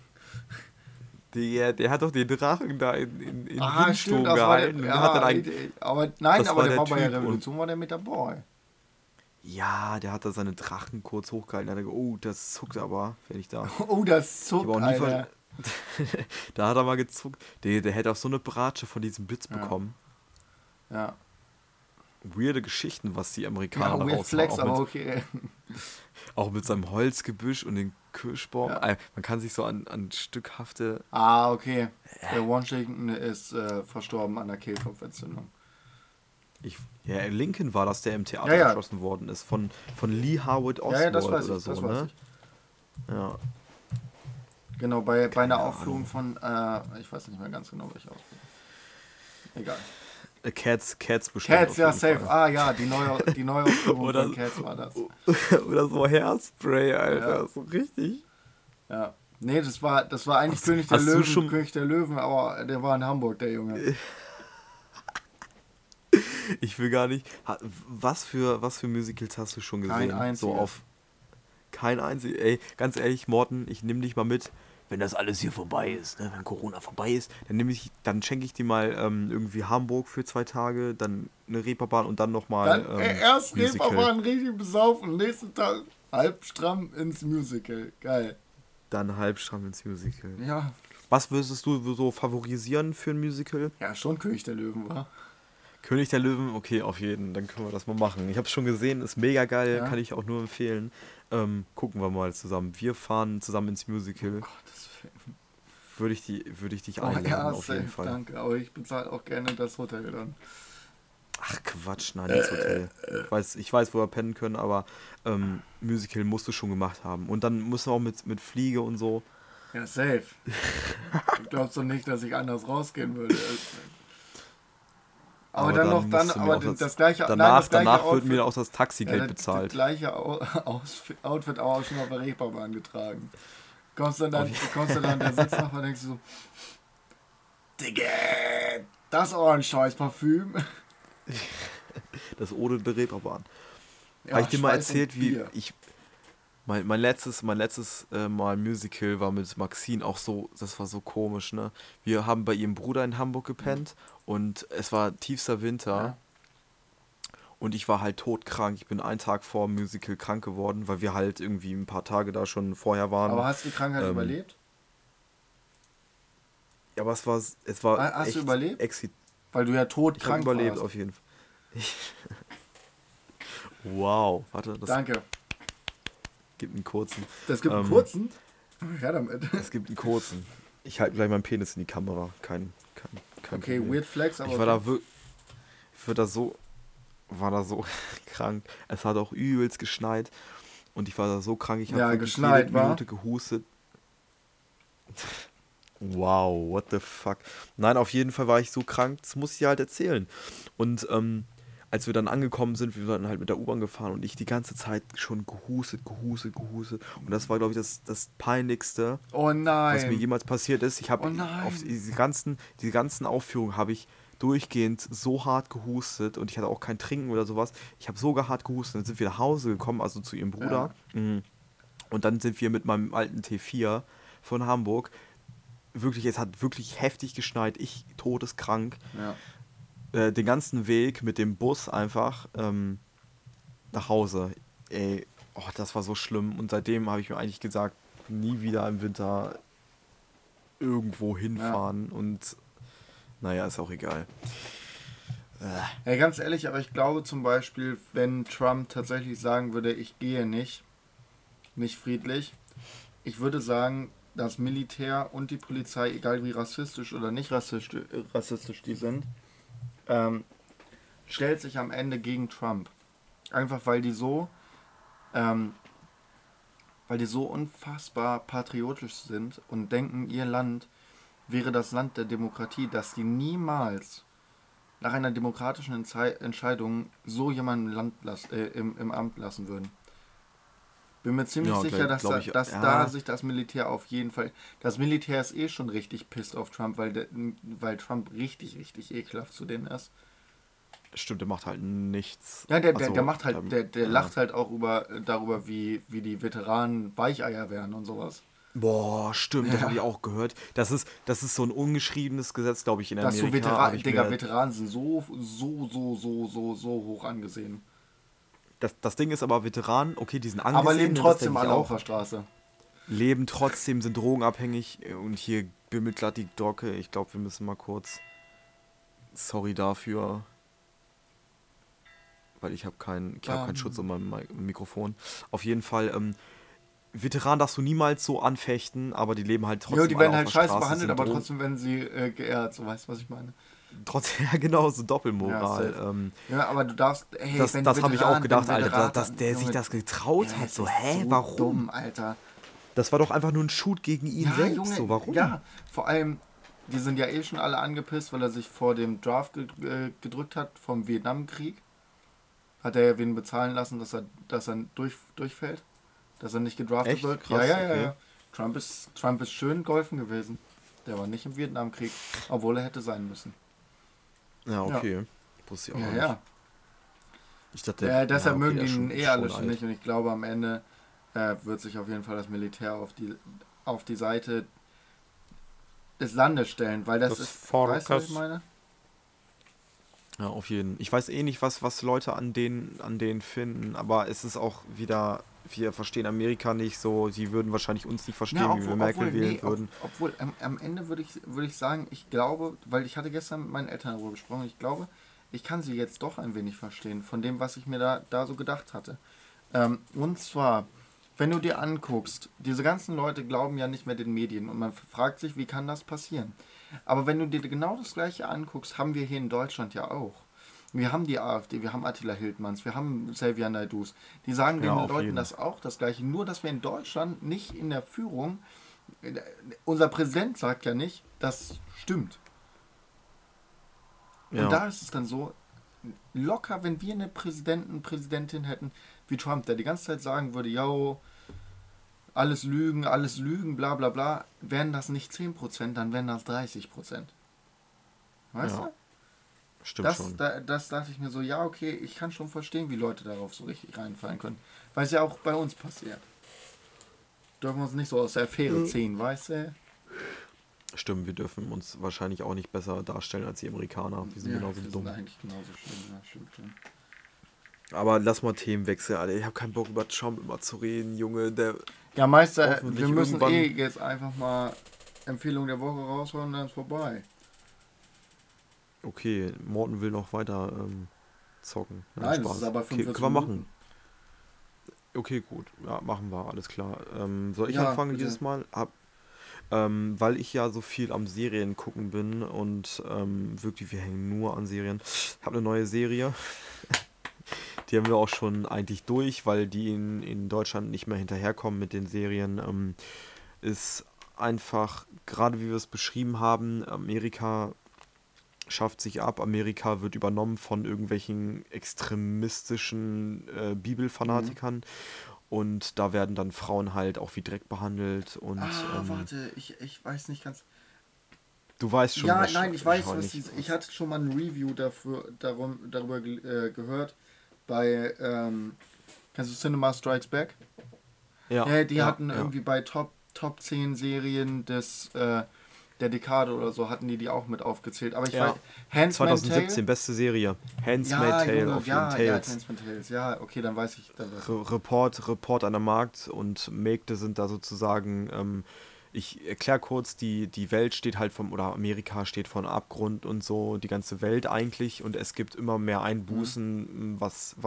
[SPEAKER 1] Der hat doch den Drachen da in
[SPEAKER 2] Ah,
[SPEAKER 1] Windsturm
[SPEAKER 2] stimmt, das war der.
[SPEAKER 1] gehalten und hat
[SPEAKER 2] Ja,
[SPEAKER 1] dann
[SPEAKER 2] aber nein,
[SPEAKER 1] das
[SPEAKER 2] aber
[SPEAKER 1] war
[SPEAKER 2] der
[SPEAKER 1] der
[SPEAKER 2] war bei der
[SPEAKER 1] Typ und
[SPEAKER 2] Revolution war der mit dabei.
[SPEAKER 1] ja, der hat da seine Drachen kurz hochgehalten. Da hat er gesagt, oh, das zuckt aber, wenn ich da.
[SPEAKER 2] Oh, das
[SPEAKER 1] Ich habe
[SPEAKER 2] zuckt,
[SPEAKER 1] auch nie
[SPEAKER 2] Alter.
[SPEAKER 1] Da hat er mal gezuckt. Der hätte auch so eine Bratsche von diesem Blitz
[SPEAKER 2] Ja.
[SPEAKER 1] bekommen.
[SPEAKER 2] Ja.
[SPEAKER 1] Weirde Geschichten, was die
[SPEAKER 2] Ja,
[SPEAKER 1] Amerikaner da
[SPEAKER 2] Weird
[SPEAKER 1] raushauen.
[SPEAKER 2] Flex, aber okay.
[SPEAKER 1] Auch mit seinem Holzgebüsch und den Kirschbaum.
[SPEAKER 2] Ja.
[SPEAKER 1] Man kann sich so an stückhafte.
[SPEAKER 2] Ah, okay. Der Washington ist verstorben an der Kehlkopfentzündung.
[SPEAKER 1] Ja, Lincoln war das, der im Theater
[SPEAKER 2] Ja, ja.
[SPEAKER 1] erschossen worden ist. Von Lee Harwood
[SPEAKER 2] Ja, ja, das
[SPEAKER 1] Oswald
[SPEAKER 2] weiß
[SPEAKER 1] oder
[SPEAKER 2] ich,
[SPEAKER 1] so,
[SPEAKER 2] das weiß
[SPEAKER 1] ne?
[SPEAKER 2] ich.
[SPEAKER 1] Ja.
[SPEAKER 2] Genau, bei einer
[SPEAKER 1] Keine
[SPEAKER 2] Aufführung
[SPEAKER 1] Ahnung.
[SPEAKER 2] von, ich weiß nicht mehr ganz genau, welche Aufführung. Egal.
[SPEAKER 1] Cats bestimmt.
[SPEAKER 2] Cats,
[SPEAKER 1] auf
[SPEAKER 2] ja,
[SPEAKER 1] jeden
[SPEAKER 2] safe.
[SPEAKER 1] Fall.
[SPEAKER 2] Ah, ja, die neue Aufführung
[SPEAKER 1] Oder-
[SPEAKER 2] von Cats war das.
[SPEAKER 1] Oder so Hairspray, Alter.
[SPEAKER 2] Ja.
[SPEAKER 1] So richtig.
[SPEAKER 2] Ja. Nee, das war eigentlich König der
[SPEAKER 1] hast du
[SPEAKER 2] Löwen,
[SPEAKER 1] schon-
[SPEAKER 2] König der Löwen, aber der war in Hamburg, der Junge.
[SPEAKER 1] Ich will gar nicht. Was für Musicals hast du schon gesehen?
[SPEAKER 2] Kein einziges.
[SPEAKER 1] So auf. Kein einziges. Ey, ganz ehrlich, Morten, ich nehme dich mal mit. Wenn das alles hier vorbei ist, ne? Wenn Corona vorbei ist, dann schenke ich dir mal irgendwie Hamburg für 2 Tage, dann eine Reeperbahn und dann nochmal.
[SPEAKER 2] Dann erst Reeperbahn richtig besaufen, nächsten Tag halbstramm ins Musical. Geil.
[SPEAKER 1] Dann halbstramm ins Musical.
[SPEAKER 2] Ja,
[SPEAKER 1] Was würdest du so favorisieren für ein Musical?
[SPEAKER 2] ja, schon König der Löwen war.
[SPEAKER 1] König der Löwen, okay, auf jeden, dann können wir das mal machen. Ich habe es schon gesehen, ist mega geil,
[SPEAKER 2] Ja.
[SPEAKER 1] kann ich auch nur empfehlen. Gucken wir mal zusammen. Wir fahren zusammen ins Musical.
[SPEAKER 2] Gottes Willen.
[SPEAKER 1] Würde ich dich
[SPEAKER 2] Oh,
[SPEAKER 1] einladen,
[SPEAKER 2] ja,
[SPEAKER 1] auf jeden
[SPEAKER 2] safe,
[SPEAKER 1] Fall.
[SPEAKER 2] danke. Aber ich bezahle auch gerne das Hotel dann.
[SPEAKER 1] Ach Quatsch, nein, das Hotel. Ich weiß, wo wir pennen können, aber Musical musst du schon gemacht haben. Und dann musst du auch mit Fliege und so.
[SPEAKER 2] Ja, safe. Glaubst du nicht, dass ich anders rausgehen würde? Aber dann noch,
[SPEAKER 1] musst du mir
[SPEAKER 2] aber
[SPEAKER 1] auch
[SPEAKER 2] das gleiche,
[SPEAKER 1] danach
[SPEAKER 2] das gleiche
[SPEAKER 1] wird mir
[SPEAKER 2] Outfit-
[SPEAKER 1] auch das Taxigeld
[SPEAKER 2] das
[SPEAKER 1] bezahlt.
[SPEAKER 2] gleiche Outfit auch schon auf der Reeperbahn getragen. Kommst du dann, der Sitznachbar, denkst du so, Digga, das ist auch ein scheiß Parfüm.
[SPEAKER 1] Das ohne eine Reeperbahn.
[SPEAKER 2] Ja,
[SPEAKER 1] Habe ich dir mal
[SPEAKER 2] Schweiß und
[SPEAKER 1] erzählt, wie
[SPEAKER 2] Bier.
[SPEAKER 1] ich mein letztes Mal Musical war mit Maxine auch so, das war so komisch, ne? Wir haben bei ihrem Bruder in Hamburg
[SPEAKER 2] Mhm.
[SPEAKER 1] gepennt und es war tiefster Winter
[SPEAKER 2] Ja.
[SPEAKER 1] und ich war halt todkrank. Ich bin einen Tag vor dem Musical krank geworden, weil wir halt irgendwie ein paar Tage da schon vorher
[SPEAKER 2] Aber
[SPEAKER 1] waren.
[SPEAKER 2] hast du die Krankheit
[SPEAKER 1] Ähm,
[SPEAKER 2] überlebt?
[SPEAKER 1] ja, aber es war
[SPEAKER 2] Hast du
[SPEAKER 1] echt
[SPEAKER 2] überlebt?
[SPEAKER 1] exit.
[SPEAKER 2] Weil du ja
[SPEAKER 1] Ich habe
[SPEAKER 2] todkrank
[SPEAKER 1] überlebt
[SPEAKER 2] warst.
[SPEAKER 1] auf jeden Fall. Wow, warte, das
[SPEAKER 2] Danke.
[SPEAKER 1] gibt einen kurzen.
[SPEAKER 2] Das gibt einen
[SPEAKER 1] Ähm,
[SPEAKER 2] kurzen. Ja, damit.
[SPEAKER 1] Es gibt einen kurzen. Ich halte gleich meinen Penis in die Kamera. Kein
[SPEAKER 2] Okay,
[SPEAKER 1] Problem.
[SPEAKER 2] Weird Flex, aber
[SPEAKER 1] Ich war
[SPEAKER 2] okay.
[SPEAKER 1] da wirklich, ich war da so krank. Es hat auch übelst geschneit und ich war da so krank. Ich habe
[SPEAKER 2] Ja,
[SPEAKER 1] wirklich jede
[SPEAKER 2] geschneit, war.
[SPEAKER 1] Minute gehustet. Wow, what the fuck. Nein, auf jeden Fall war ich so krank. Das muss ich dir halt erzählen. Und als wir dann angekommen sind, wir sind halt mit der U-Bahn gefahren und ich die ganze Zeit schon gehustet. Und das war, glaube ich, das Peinlichste,
[SPEAKER 2] Oh
[SPEAKER 1] was mir
[SPEAKER 2] nein.
[SPEAKER 1] jemals passiert ist. Ich habe
[SPEAKER 2] Oh
[SPEAKER 1] auf
[SPEAKER 2] nein.
[SPEAKER 1] diese ganzen Aufführungen habe ich durchgehend so hart gehustet und ich hatte auch kein Trinken oder sowas. Ich habe so hart gehustet. Dann sind wir nach Hause gekommen, also zu ihrem Bruder.
[SPEAKER 2] Ja,
[SPEAKER 1] Und dann sind wir mit meinem alten T4 von Hamburg. Wirklich, es hat wirklich heftig geschneit. Ich todeskrank.
[SPEAKER 2] ja.
[SPEAKER 1] Den ganzen Weg mit dem Bus einfach nach Hause. Ey, oh, das war so schlimm. Und seitdem habe ich mir eigentlich gesagt, nie wieder im Winter irgendwo
[SPEAKER 2] Ja.
[SPEAKER 1] hinfahren und naja, ist auch egal.
[SPEAKER 2] Ja, ganz ehrlich, aber ich glaube zum Beispiel, wenn Trump tatsächlich sagen würde, ich gehe nicht friedlich, ich würde sagen, das Militär und die Polizei, egal wie rassistisch oder nicht rassistisch die sind, ähm, stellt sich am Ende gegen Trump. Einfach ähm, weil die so unfassbar patriotisch sind und denken, ihr Land wäre das Land der Demokratie, dass die niemals nach einer demokratischen Entscheidung so jemanden im Amt lassen würden. Bin mir ziemlich
[SPEAKER 1] Ja,
[SPEAKER 2] sicher,
[SPEAKER 1] glaube ich,
[SPEAKER 2] dass da
[SPEAKER 1] ja,
[SPEAKER 2] sich das Militär auf jeden Fall. Das Militär ist eh schon richtig pisst auf Trump, weil Trump richtig, richtig ekelhaft zu denen ist.
[SPEAKER 1] stimmt, der macht halt nichts.
[SPEAKER 2] Ja, der
[SPEAKER 1] Also,
[SPEAKER 2] macht halt, der
[SPEAKER 1] ja.
[SPEAKER 2] lacht halt auch darüber, wie die Veteranen Weicheier werden und sowas.
[SPEAKER 1] Boah, stimmt, das habe ich
[SPEAKER 2] Ja.
[SPEAKER 1] auch gehört. Das ist so ein ungeschriebenes Gesetz, glaube ich, in
[SPEAKER 2] Dass so
[SPEAKER 1] Amerika, habe
[SPEAKER 2] Veteranen,
[SPEAKER 1] ich
[SPEAKER 2] Digga,
[SPEAKER 1] mir.
[SPEAKER 2] Veteranen sind so hoch angesehen.
[SPEAKER 1] Das Ding ist aber, Veteranen, okay, die sind
[SPEAKER 2] Aber
[SPEAKER 1] angesehen,
[SPEAKER 2] leben
[SPEAKER 1] ne, das
[SPEAKER 2] trotzdem
[SPEAKER 1] denke ich
[SPEAKER 2] alle auf
[SPEAKER 1] auch.
[SPEAKER 2] der Straße.
[SPEAKER 1] Leben trotzdem, sind drogenabhängig und hier bimmelt glatt die Docke. Ich glaube, wir müssen mal kurz. Sorry dafür, weil ich habe keinen Schutz um mein Mikrofon. Auf jeden Fall, Veteran darfst du niemals so anfechten, aber die leben halt
[SPEAKER 2] Jo,
[SPEAKER 1] trotzdem
[SPEAKER 2] die
[SPEAKER 1] alle
[SPEAKER 2] werden
[SPEAKER 1] auf
[SPEAKER 2] halt
[SPEAKER 1] der
[SPEAKER 2] scheiße
[SPEAKER 1] Straße,
[SPEAKER 2] behandelt,
[SPEAKER 1] sind
[SPEAKER 2] aber
[SPEAKER 1] Drogen.
[SPEAKER 2] trotzdem werden sie geehrt. So, weißt du, was ich meine?
[SPEAKER 1] Trotzdem, ja genau, so
[SPEAKER 2] Ja,
[SPEAKER 1] Doppelmoral.
[SPEAKER 2] safe. Ja, aber du darfst, hey,
[SPEAKER 1] Das habe ich auch
[SPEAKER 2] Wenn
[SPEAKER 1] gedacht, Alter, dass
[SPEAKER 2] Veteranen,
[SPEAKER 1] der sich
[SPEAKER 2] Junge,
[SPEAKER 1] das getraut hat.
[SPEAKER 2] es
[SPEAKER 1] So,
[SPEAKER 2] ist
[SPEAKER 1] hä,
[SPEAKER 2] so
[SPEAKER 1] warum?
[SPEAKER 2] dumm, Alter.
[SPEAKER 1] Das war doch einfach nur ein Shoot gegen ihn
[SPEAKER 2] Ja,
[SPEAKER 1] selbst.
[SPEAKER 2] Junge,
[SPEAKER 1] So, warum?
[SPEAKER 2] ja, vor allem, die sind ja eh schon alle angepisst, weil er sich vor dem Draft gedrückt hat vom Vietnamkrieg. Hat er ja wen bezahlen lassen, dass er durchfällt? Dass er nicht gedraftet
[SPEAKER 1] Echt?
[SPEAKER 2] wird? Ja,
[SPEAKER 1] Krass,
[SPEAKER 2] ja, ja,
[SPEAKER 1] okay.
[SPEAKER 2] ja. Trump ist schön golfen gewesen. Der war nicht im Vietnamkrieg, obwohl er hätte sein müssen.
[SPEAKER 1] Ja,
[SPEAKER 2] Ja,
[SPEAKER 1] okay. Wusste ich auch
[SPEAKER 2] ja,
[SPEAKER 1] noch nicht.
[SPEAKER 2] ja.
[SPEAKER 1] Ich dachte, ja,
[SPEAKER 2] Deshalb
[SPEAKER 1] okay,
[SPEAKER 2] mögen
[SPEAKER 1] der
[SPEAKER 2] die
[SPEAKER 1] ist
[SPEAKER 2] ihn
[SPEAKER 1] schon,
[SPEAKER 2] eh alle
[SPEAKER 1] schon
[SPEAKER 2] schon
[SPEAKER 1] alt.
[SPEAKER 2] nicht und ich glaube am Ende wird sich auf jeden Fall das Militär auf die Seite des Landes stellen, weil das
[SPEAKER 1] Das
[SPEAKER 2] ist, weißt du, was ich
[SPEAKER 1] Volkes.
[SPEAKER 2] meine?
[SPEAKER 1] Ja, auf jeden. Ich weiß eh nicht, was Leute an denen finden, aber es ist auch wieder, wir verstehen Amerika nicht so, sie würden wahrscheinlich uns nicht
[SPEAKER 2] Ja,
[SPEAKER 1] verstehen, wie wir Merkel wählen würden.
[SPEAKER 2] am Ende würde ich sagen, ich glaube, weil ich hatte gestern mit meinen Eltern darüber gesprochen, ich glaube, ich kann sie jetzt doch ein wenig verstehen, von dem, was ich mir da so gedacht hatte. Und zwar, wenn du dir anguckst, diese ganzen Leute glauben ja nicht mehr den Medien und man fragt sich, wie kann das passieren? Aber wenn du dir genau das Gleiche anguckst, haben wir hier in Deutschland ja auch. Wir haben die AfD, wir haben Attila Hildmanns, wir haben Xavier Naidus. Die sagen
[SPEAKER 1] Ja,
[SPEAKER 2] den
[SPEAKER 1] auf
[SPEAKER 2] Leuten
[SPEAKER 1] jeden.
[SPEAKER 2] das auch, das Gleiche. Nur, dass wir in Deutschland nicht in der Führung, unser Präsident sagt ja nicht, das stimmt. Und
[SPEAKER 1] Ja,
[SPEAKER 2] da ist es dann so, locker, wenn wir eine Präsidentin hätten wie Trump, der die ganze Zeit sagen würde, yo, alles Lügen, bla bla bla, wären das nicht 10%, dann wären das 30%. Weißt
[SPEAKER 1] ja,
[SPEAKER 2] du?
[SPEAKER 1] Stimmt schon.
[SPEAKER 2] Das dachte ich mir so, ja, okay, ich kann schon verstehen, wie Leute darauf so richtig reinfallen können. Weil es ja auch bei uns passiert. Dürfen wir uns nicht so aus der Affäre ziehen, weißt du?
[SPEAKER 1] Stimmt, wir dürfen uns wahrscheinlich auch nicht besser darstellen als die Amerikaner. Wir sind genauso
[SPEAKER 2] wir
[SPEAKER 1] dumm.
[SPEAKER 2] sind eigentlich genauso schlimm, ja, stimmt schon.
[SPEAKER 1] Aber lass mal Themenwechsel, Alter. Ich habe keinen Bock über Trump immer zu reden, Junge.
[SPEAKER 2] Ja, Meister, wir müssen jetzt einfach mal Empfehlung der Woche rausholen und dann ist vorbei.
[SPEAKER 1] Okay, Morten will noch weiter zocken. Ja,
[SPEAKER 2] Nein,
[SPEAKER 1] Spaß.
[SPEAKER 2] das ist aber 45
[SPEAKER 1] können wir machen.
[SPEAKER 2] Minuten.
[SPEAKER 1] Okay, gut. Ja, machen wir, alles klar. Soll ich
[SPEAKER 2] Ja,
[SPEAKER 1] anfangen
[SPEAKER 2] bitte.
[SPEAKER 1] dieses Mal? Weil ich ja so viel am Serien gucken bin und wirklich, wir hängen nur an Serien. Ich habe eine neue Serie. Die haben wir auch schon eigentlich durch, weil die in Deutschland nicht mehr hinterherkommen mit den Serien. Ist einfach, gerade wie wir es beschrieben haben, Amerika schafft sich ab, Amerika wird übernommen von irgendwelchen extremistischen Bibelfanatikern und da werden dann Frauen halt auch wie Dreck behandelt und
[SPEAKER 2] Warte, ich weiß nicht ganz.
[SPEAKER 1] du weißt schon,
[SPEAKER 2] Ja,
[SPEAKER 1] was
[SPEAKER 2] nein, ich weiß,
[SPEAKER 1] wahrscheinlich
[SPEAKER 2] ich hatte schon mal ein Review darüber gehört bei, kennst du Cinema Strikes Back? Ja, die hatten irgendwie bei Top 10 Serien der Dekade oder so, hatten die auch mit aufgezählt. Aber ich weiß, Handmaid's
[SPEAKER 1] 2017,
[SPEAKER 2] Tale?
[SPEAKER 1] beste Serie. Handmaid's Tale auf jeden Tales.
[SPEAKER 2] Handmaid's Tales. Ja, okay, dann weiß ich.
[SPEAKER 1] Report an der Markt und Mägde sind da sozusagen, ich erkläre kurz, die Welt steht halt oder Amerika steht vor einem Abgrund und so, die ganze Welt eigentlich und es gibt immer mehr Einbußen,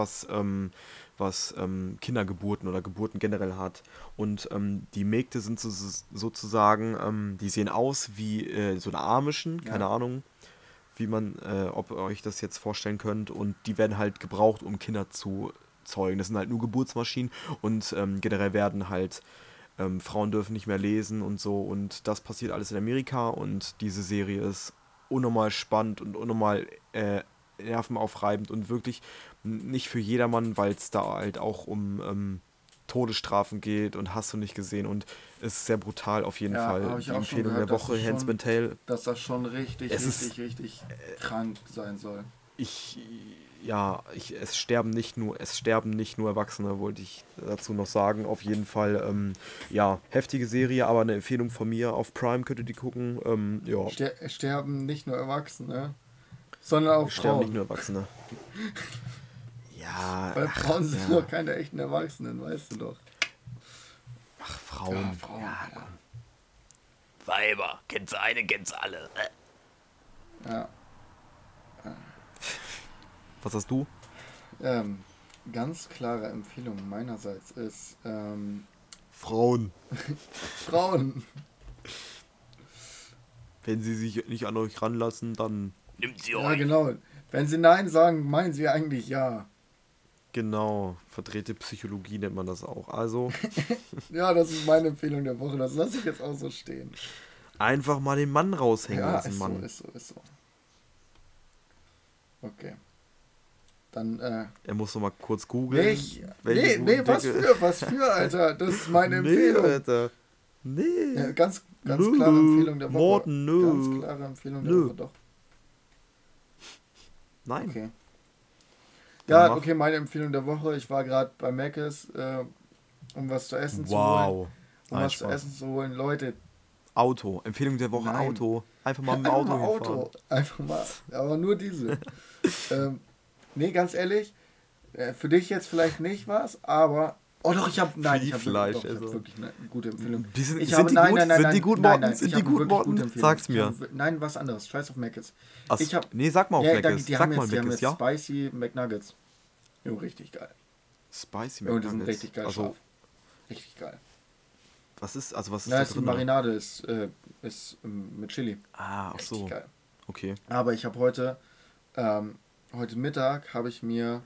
[SPEAKER 1] was Kindergeburten oder Geburten generell hat. Und die Mägde sind sozusagen, die sehen aus wie so eine Amischen, keine Ahnung, ob ihr euch das jetzt vorstellen könnt. Und die werden halt gebraucht, um Kinder zu zeugen. Das sind halt nur Geburtsmaschinen und generell werden halt Frauen dürfen nicht mehr lesen und so. Und das passiert alles in Amerika und diese Serie ist unnormal spannend und unnormal nervenaufreibend und wirklich nicht für jedermann, weil es da halt auch um Todesstrafen geht und hast du nicht gesehen und es ist sehr brutal auf jeden Fall.
[SPEAKER 2] Habe ich
[SPEAKER 1] Die
[SPEAKER 2] auch
[SPEAKER 1] Empfehlung
[SPEAKER 2] schon gehört,
[SPEAKER 1] der Woche, Handmaid's Tale.
[SPEAKER 2] dass das schon richtig krank sein soll.
[SPEAKER 1] Es sterben nicht nur Erwachsene, wollte ich dazu noch sagen. Auf jeden Fall, heftige Serie, aber eine Empfehlung von mir. Auf Prime könnt ihr die gucken.
[SPEAKER 2] Sterben nicht nur Erwachsene, sondern auch
[SPEAKER 1] Sterben
[SPEAKER 2] Frauen.
[SPEAKER 1] nicht nur Erwachsene. Ja.
[SPEAKER 2] Weil Frauen sind doch keine echten Erwachsenen, weißt du doch.
[SPEAKER 1] Ach, Frauen.
[SPEAKER 2] Frauen.
[SPEAKER 1] Komm. Weiber, kennst du eine, kennst du alle.
[SPEAKER 2] Ja.
[SPEAKER 1] Was hast du?
[SPEAKER 2] Ganz klare Empfehlung meinerseits ist
[SPEAKER 1] Frauen.
[SPEAKER 2] Frauen.
[SPEAKER 1] Wenn sie sich nicht an euch ranlassen, dann nimmt sie euch.
[SPEAKER 2] Ja, genau. Wenn sie Nein sagen, meinen sie eigentlich Ja.
[SPEAKER 1] Genau, verdrehte Psychologie nennt man das auch. Also
[SPEAKER 2] ja, das ist meine Empfehlung der Woche. Das lasse ich jetzt auch so stehen.
[SPEAKER 1] einfach mal den Mann raushängen lassen, Mann.
[SPEAKER 2] Ist so. Okay. Dann,
[SPEAKER 1] Er muss noch mal kurz googeln.
[SPEAKER 2] Was für, Alter? Das ist meine Empfehlung.
[SPEAKER 1] Nee, Alter. Nee.
[SPEAKER 2] Ja, ganz klare Empfehlung der Woche.
[SPEAKER 1] Morten, nö.
[SPEAKER 2] Ganz klare Empfehlung der Woche, doch.
[SPEAKER 1] Nein.
[SPEAKER 2] Okay. Ja, okay, meine Empfehlung der Woche. Ich war gerade bei Mc's, um was zu essen zu holen. Zu essen zu holen. Leute.
[SPEAKER 1] Auto. Empfehlung der Woche,
[SPEAKER 2] Nein.
[SPEAKER 1] Auto. Einfach mal mit dem Auto hinfahren.
[SPEAKER 2] Einfach mal. Aber nur diese. Nee, ganz ehrlich. Für dich jetzt vielleicht nicht was, aber... Oh doch, ich habe wirklich eine gute Empfehlung.
[SPEAKER 1] Sind die gut, Morten? Sind die gut, Morten? Sag's mir.
[SPEAKER 2] Nein, was anderes. Scheiß auf Mc's.
[SPEAKER 1] Sag mal auf Mc's.
[SPEAKER 2] Die haben jetzt Spicy McNuggets. Jo, richtig geil.
[SPEAKER 1] Spicy McNuggets?
[SPEAKER 2] Die sind richtig geil scharf. Richtig geil.
[SPEAKER 1] Was ist da drin?
[SPEAKER 2] Die Marinade ist mit Chili.
[SPEAKER 1] Ah, ach so.
[SPEAKER 2] Richtig geil.
[SPEAKER 1] Okay.
[SPEAKER 2] Aber ich habe heute Mittag habe ich mir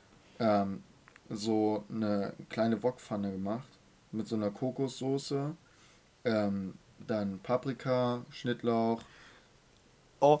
[SPEAKER 2] so eine kleine Wokpfanne gemacht mit so einer Kokossoße, dann Paprika, Schnittlauch.
[SPEAKER 1] Oh,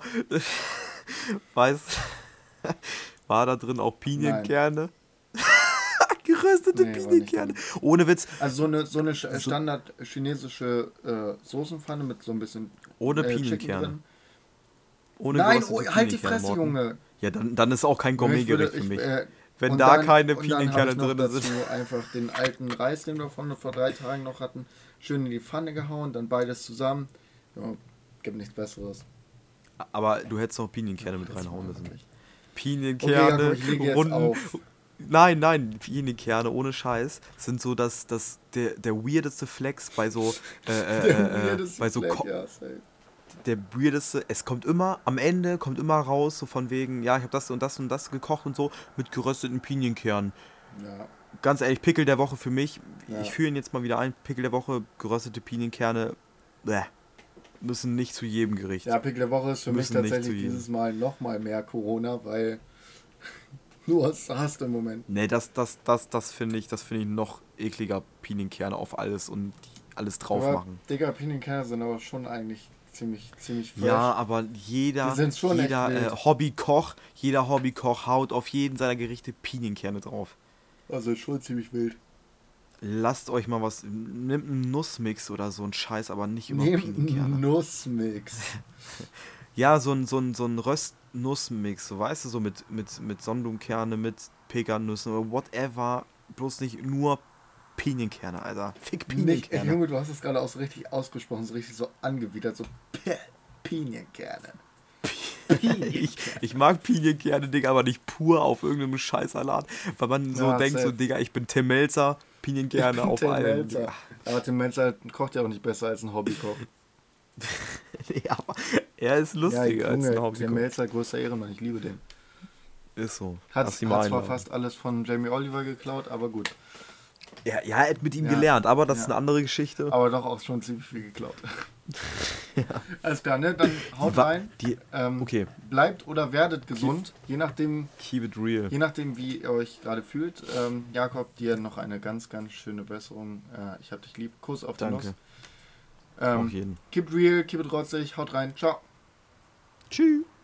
[SPEAKER 1] war da drin auch Pinienkerne? Geröstete Pinienkerne. Ohne Witz.
[SPEAKER 2] Also so eine Standard chinesische Soßenpfanne mit so ein bisschen
[SPEAKER 1] ohne Piniennkerne. Ohne
[SPEAKER 2] Nein,
[SPEAKER 1] geröstete
[SPEAKER 2] halt die
[SPEAKER 1] Pinienkerne,
[SPEAKER 2] Fresse,
[SPEAKER 1] Morten.
[SPEAKER 2] Junge.
[SPEAKER 1] Ja, dann ist auch kein Gourmetgericht für mich. Wenn
[SPEAKER 2] Und
[SPEAKER 1] da
[SPEAKER 2] dann-
[SPEAKER 1] keine
[SPEAKER 2] und dann hab
[SPEAKER 1] Pinienkerne
[SPEAKER 2] ich noch
[SPEAKER 1] drin sind.
[SPEAKER 2] dazu einfach den alten Reis, den wir vor 3 Tagen noch hatten, schön in die Pfanne gehauen, dann beides zusammen. Ja, gibt nichts Besseres.
[SPEAKER 1] Aber du hättest noch Pinienkerne mit
[SPEAKER 2] Jetzt
[SPEAKER 1] reinhauen
[SPEAKER 2] mal
[SPEAKER 1] müssen.
[SPEAKER 2] wirklich.
[SPEAKER 1] Piniennkerne,
[SPEAKER 2] Okay, Jakob, ich lege jetzt
[SPEAKER 1] runden.
[SPEAKER 2] auf.
[SPEAKER 1] Nein, Piniennkerne, ohne Scheiß, sind so der weirdeste Flex bei so, bei so
[SPEAKER 2] ja, safe.
[SPEAKER 1] der weirdeste, am Ende kommt immer raus, so von wegen, ja, ich habe das und das und das gekocht und so, mit gerösteten Pinienkernen.
[SPEAKER 2] Ja.
[SPEAKER 1] Ganz ehrlich, Pickel der Woche für mich,
[SPEAKER 2] Ja.
[SPEAKER 1] ich führe ihn jetzt mal wieder ein, Pickel der Woche, geröstete Pinienkkerne, müssen nicht zu jedem Gericht.
[SPEAKER 2] Ja, Pick der Woche ist für mich
[SPEAKER 1] Müssen nicht zu
[SPEAKER 2] tatsächlich
[SPEAKER 1] jedem.
[SPEAKER 2] dieses Mal nochmal mehr Corona, weil du hast im Moment.
[SPEAKER 1] Nee, das finde ich noch ekliger, Pinienkerne auf alles und alles drauf
[SPEAKER 2] Aber,
[SPEAKER 1] machen.
[SPEAKER 2] Digga, Pinienkerne sind aber schon eigentlich ziemlich fresh.
[SPEAKER 1] Ja, aber
[SPEAKER 2] Die sind schon echt wild.
[SPEAKER 1] jeder Hobbykoch haut auf jeden seiner Gerichte Pinienkerne drauf.
[SPEAKER 2] Also schon ziemlich wild.
[SPEAKER 1] Lasst euch mal nehmt einen Nussmix oder so ein Scheiß, aber nicht immer
[SPEAKER 2] Nehmt
[SPEAKER 1] Pinienkerne.
[SPEAKER 2] einen Nussmix.
[SPEAKER 1] Ja, so ein Röst-Nussmix, so weißt du, so mit Sonnenblumenkerne, mit Pekannüssen oder whatever, bloß nicht nur Pinienkerne, Alter. Fick
[SPEAKER 2] Nicht,
[SPEAKER 1] Pinienkerne.
[SPEAKER 2] Junge, du hast es gerade auch so richtig ausgesprochen, so richtig so angewidert, so Pinienkerne.
[SPEAKER 1] Ich mag Pinienkerne, Digga, aber nicht pur auf irgendeinem Scheißsalat, weil man so
[SPEAKER 2] Ja,
[SPEAKER 1] denkt, so,
[SPEAKER 2] safe.
[SPEAKER 1] Digga, ich bin Tim Melzer, Pinienkerne auf
[SPEAKER 2] Tim
[SPEAKER 1] allem.
[SPEAKER 2] Melzer. Aber Tim Melzer kocht ja auch nicht besser als ein Hobbykoch.
[SPEAKER 1] Ja, aber er ist lustiger als ein
[SPEAKER 2] Tim
[SPEAKER 1] Hobbykoch.
[SPEAKER 2] Melzer, größter Ehrenmann, ich liebe den.
[SPEAKER 1] Ist so.
[SPEAKER 2] Hat
[SPEAKER 1] Lass ihn mal
[SPEAKER 2] zwar
[SPEAKER 1] einladen.
[SPEAKER 2] fast alles von Jamie Oliver geklaut, aber gut.
[SPEAKER 1] Ja, er hat mit ihm
[SPEAKER 2] Ja,
[SPEAKER 1] gelernt, aber das ist
[SPEAKER 2] ja.
[SPEAKER 1] eine andere Geschichte.
[SPEAKER 2] Aber doch auch schon ziemlich viel geklaut. Alles klar, ne? Dann haut rein.
[SPEAKER 1] Okay,
[SPEAKER 2] Bleibt oder werdet gesund, je nachdem,
[SPEAKER 1] keep it real.
[SPEAKER 2] wie ihr euch gerade fühlt. Jakob, dir noch eine ganz, ganz schöne Besserung. Ich hab dich lieb. Kuss auf die
[SPEAKER 1] Danke.
[SPEAKER 2] Nuss.
[SPEAKER 1] Auf jeden.
[SPEAKER 2] Keep it real, keep it rotzig, haut rein. Ciao.
[SPEAKER 1] Tschüss.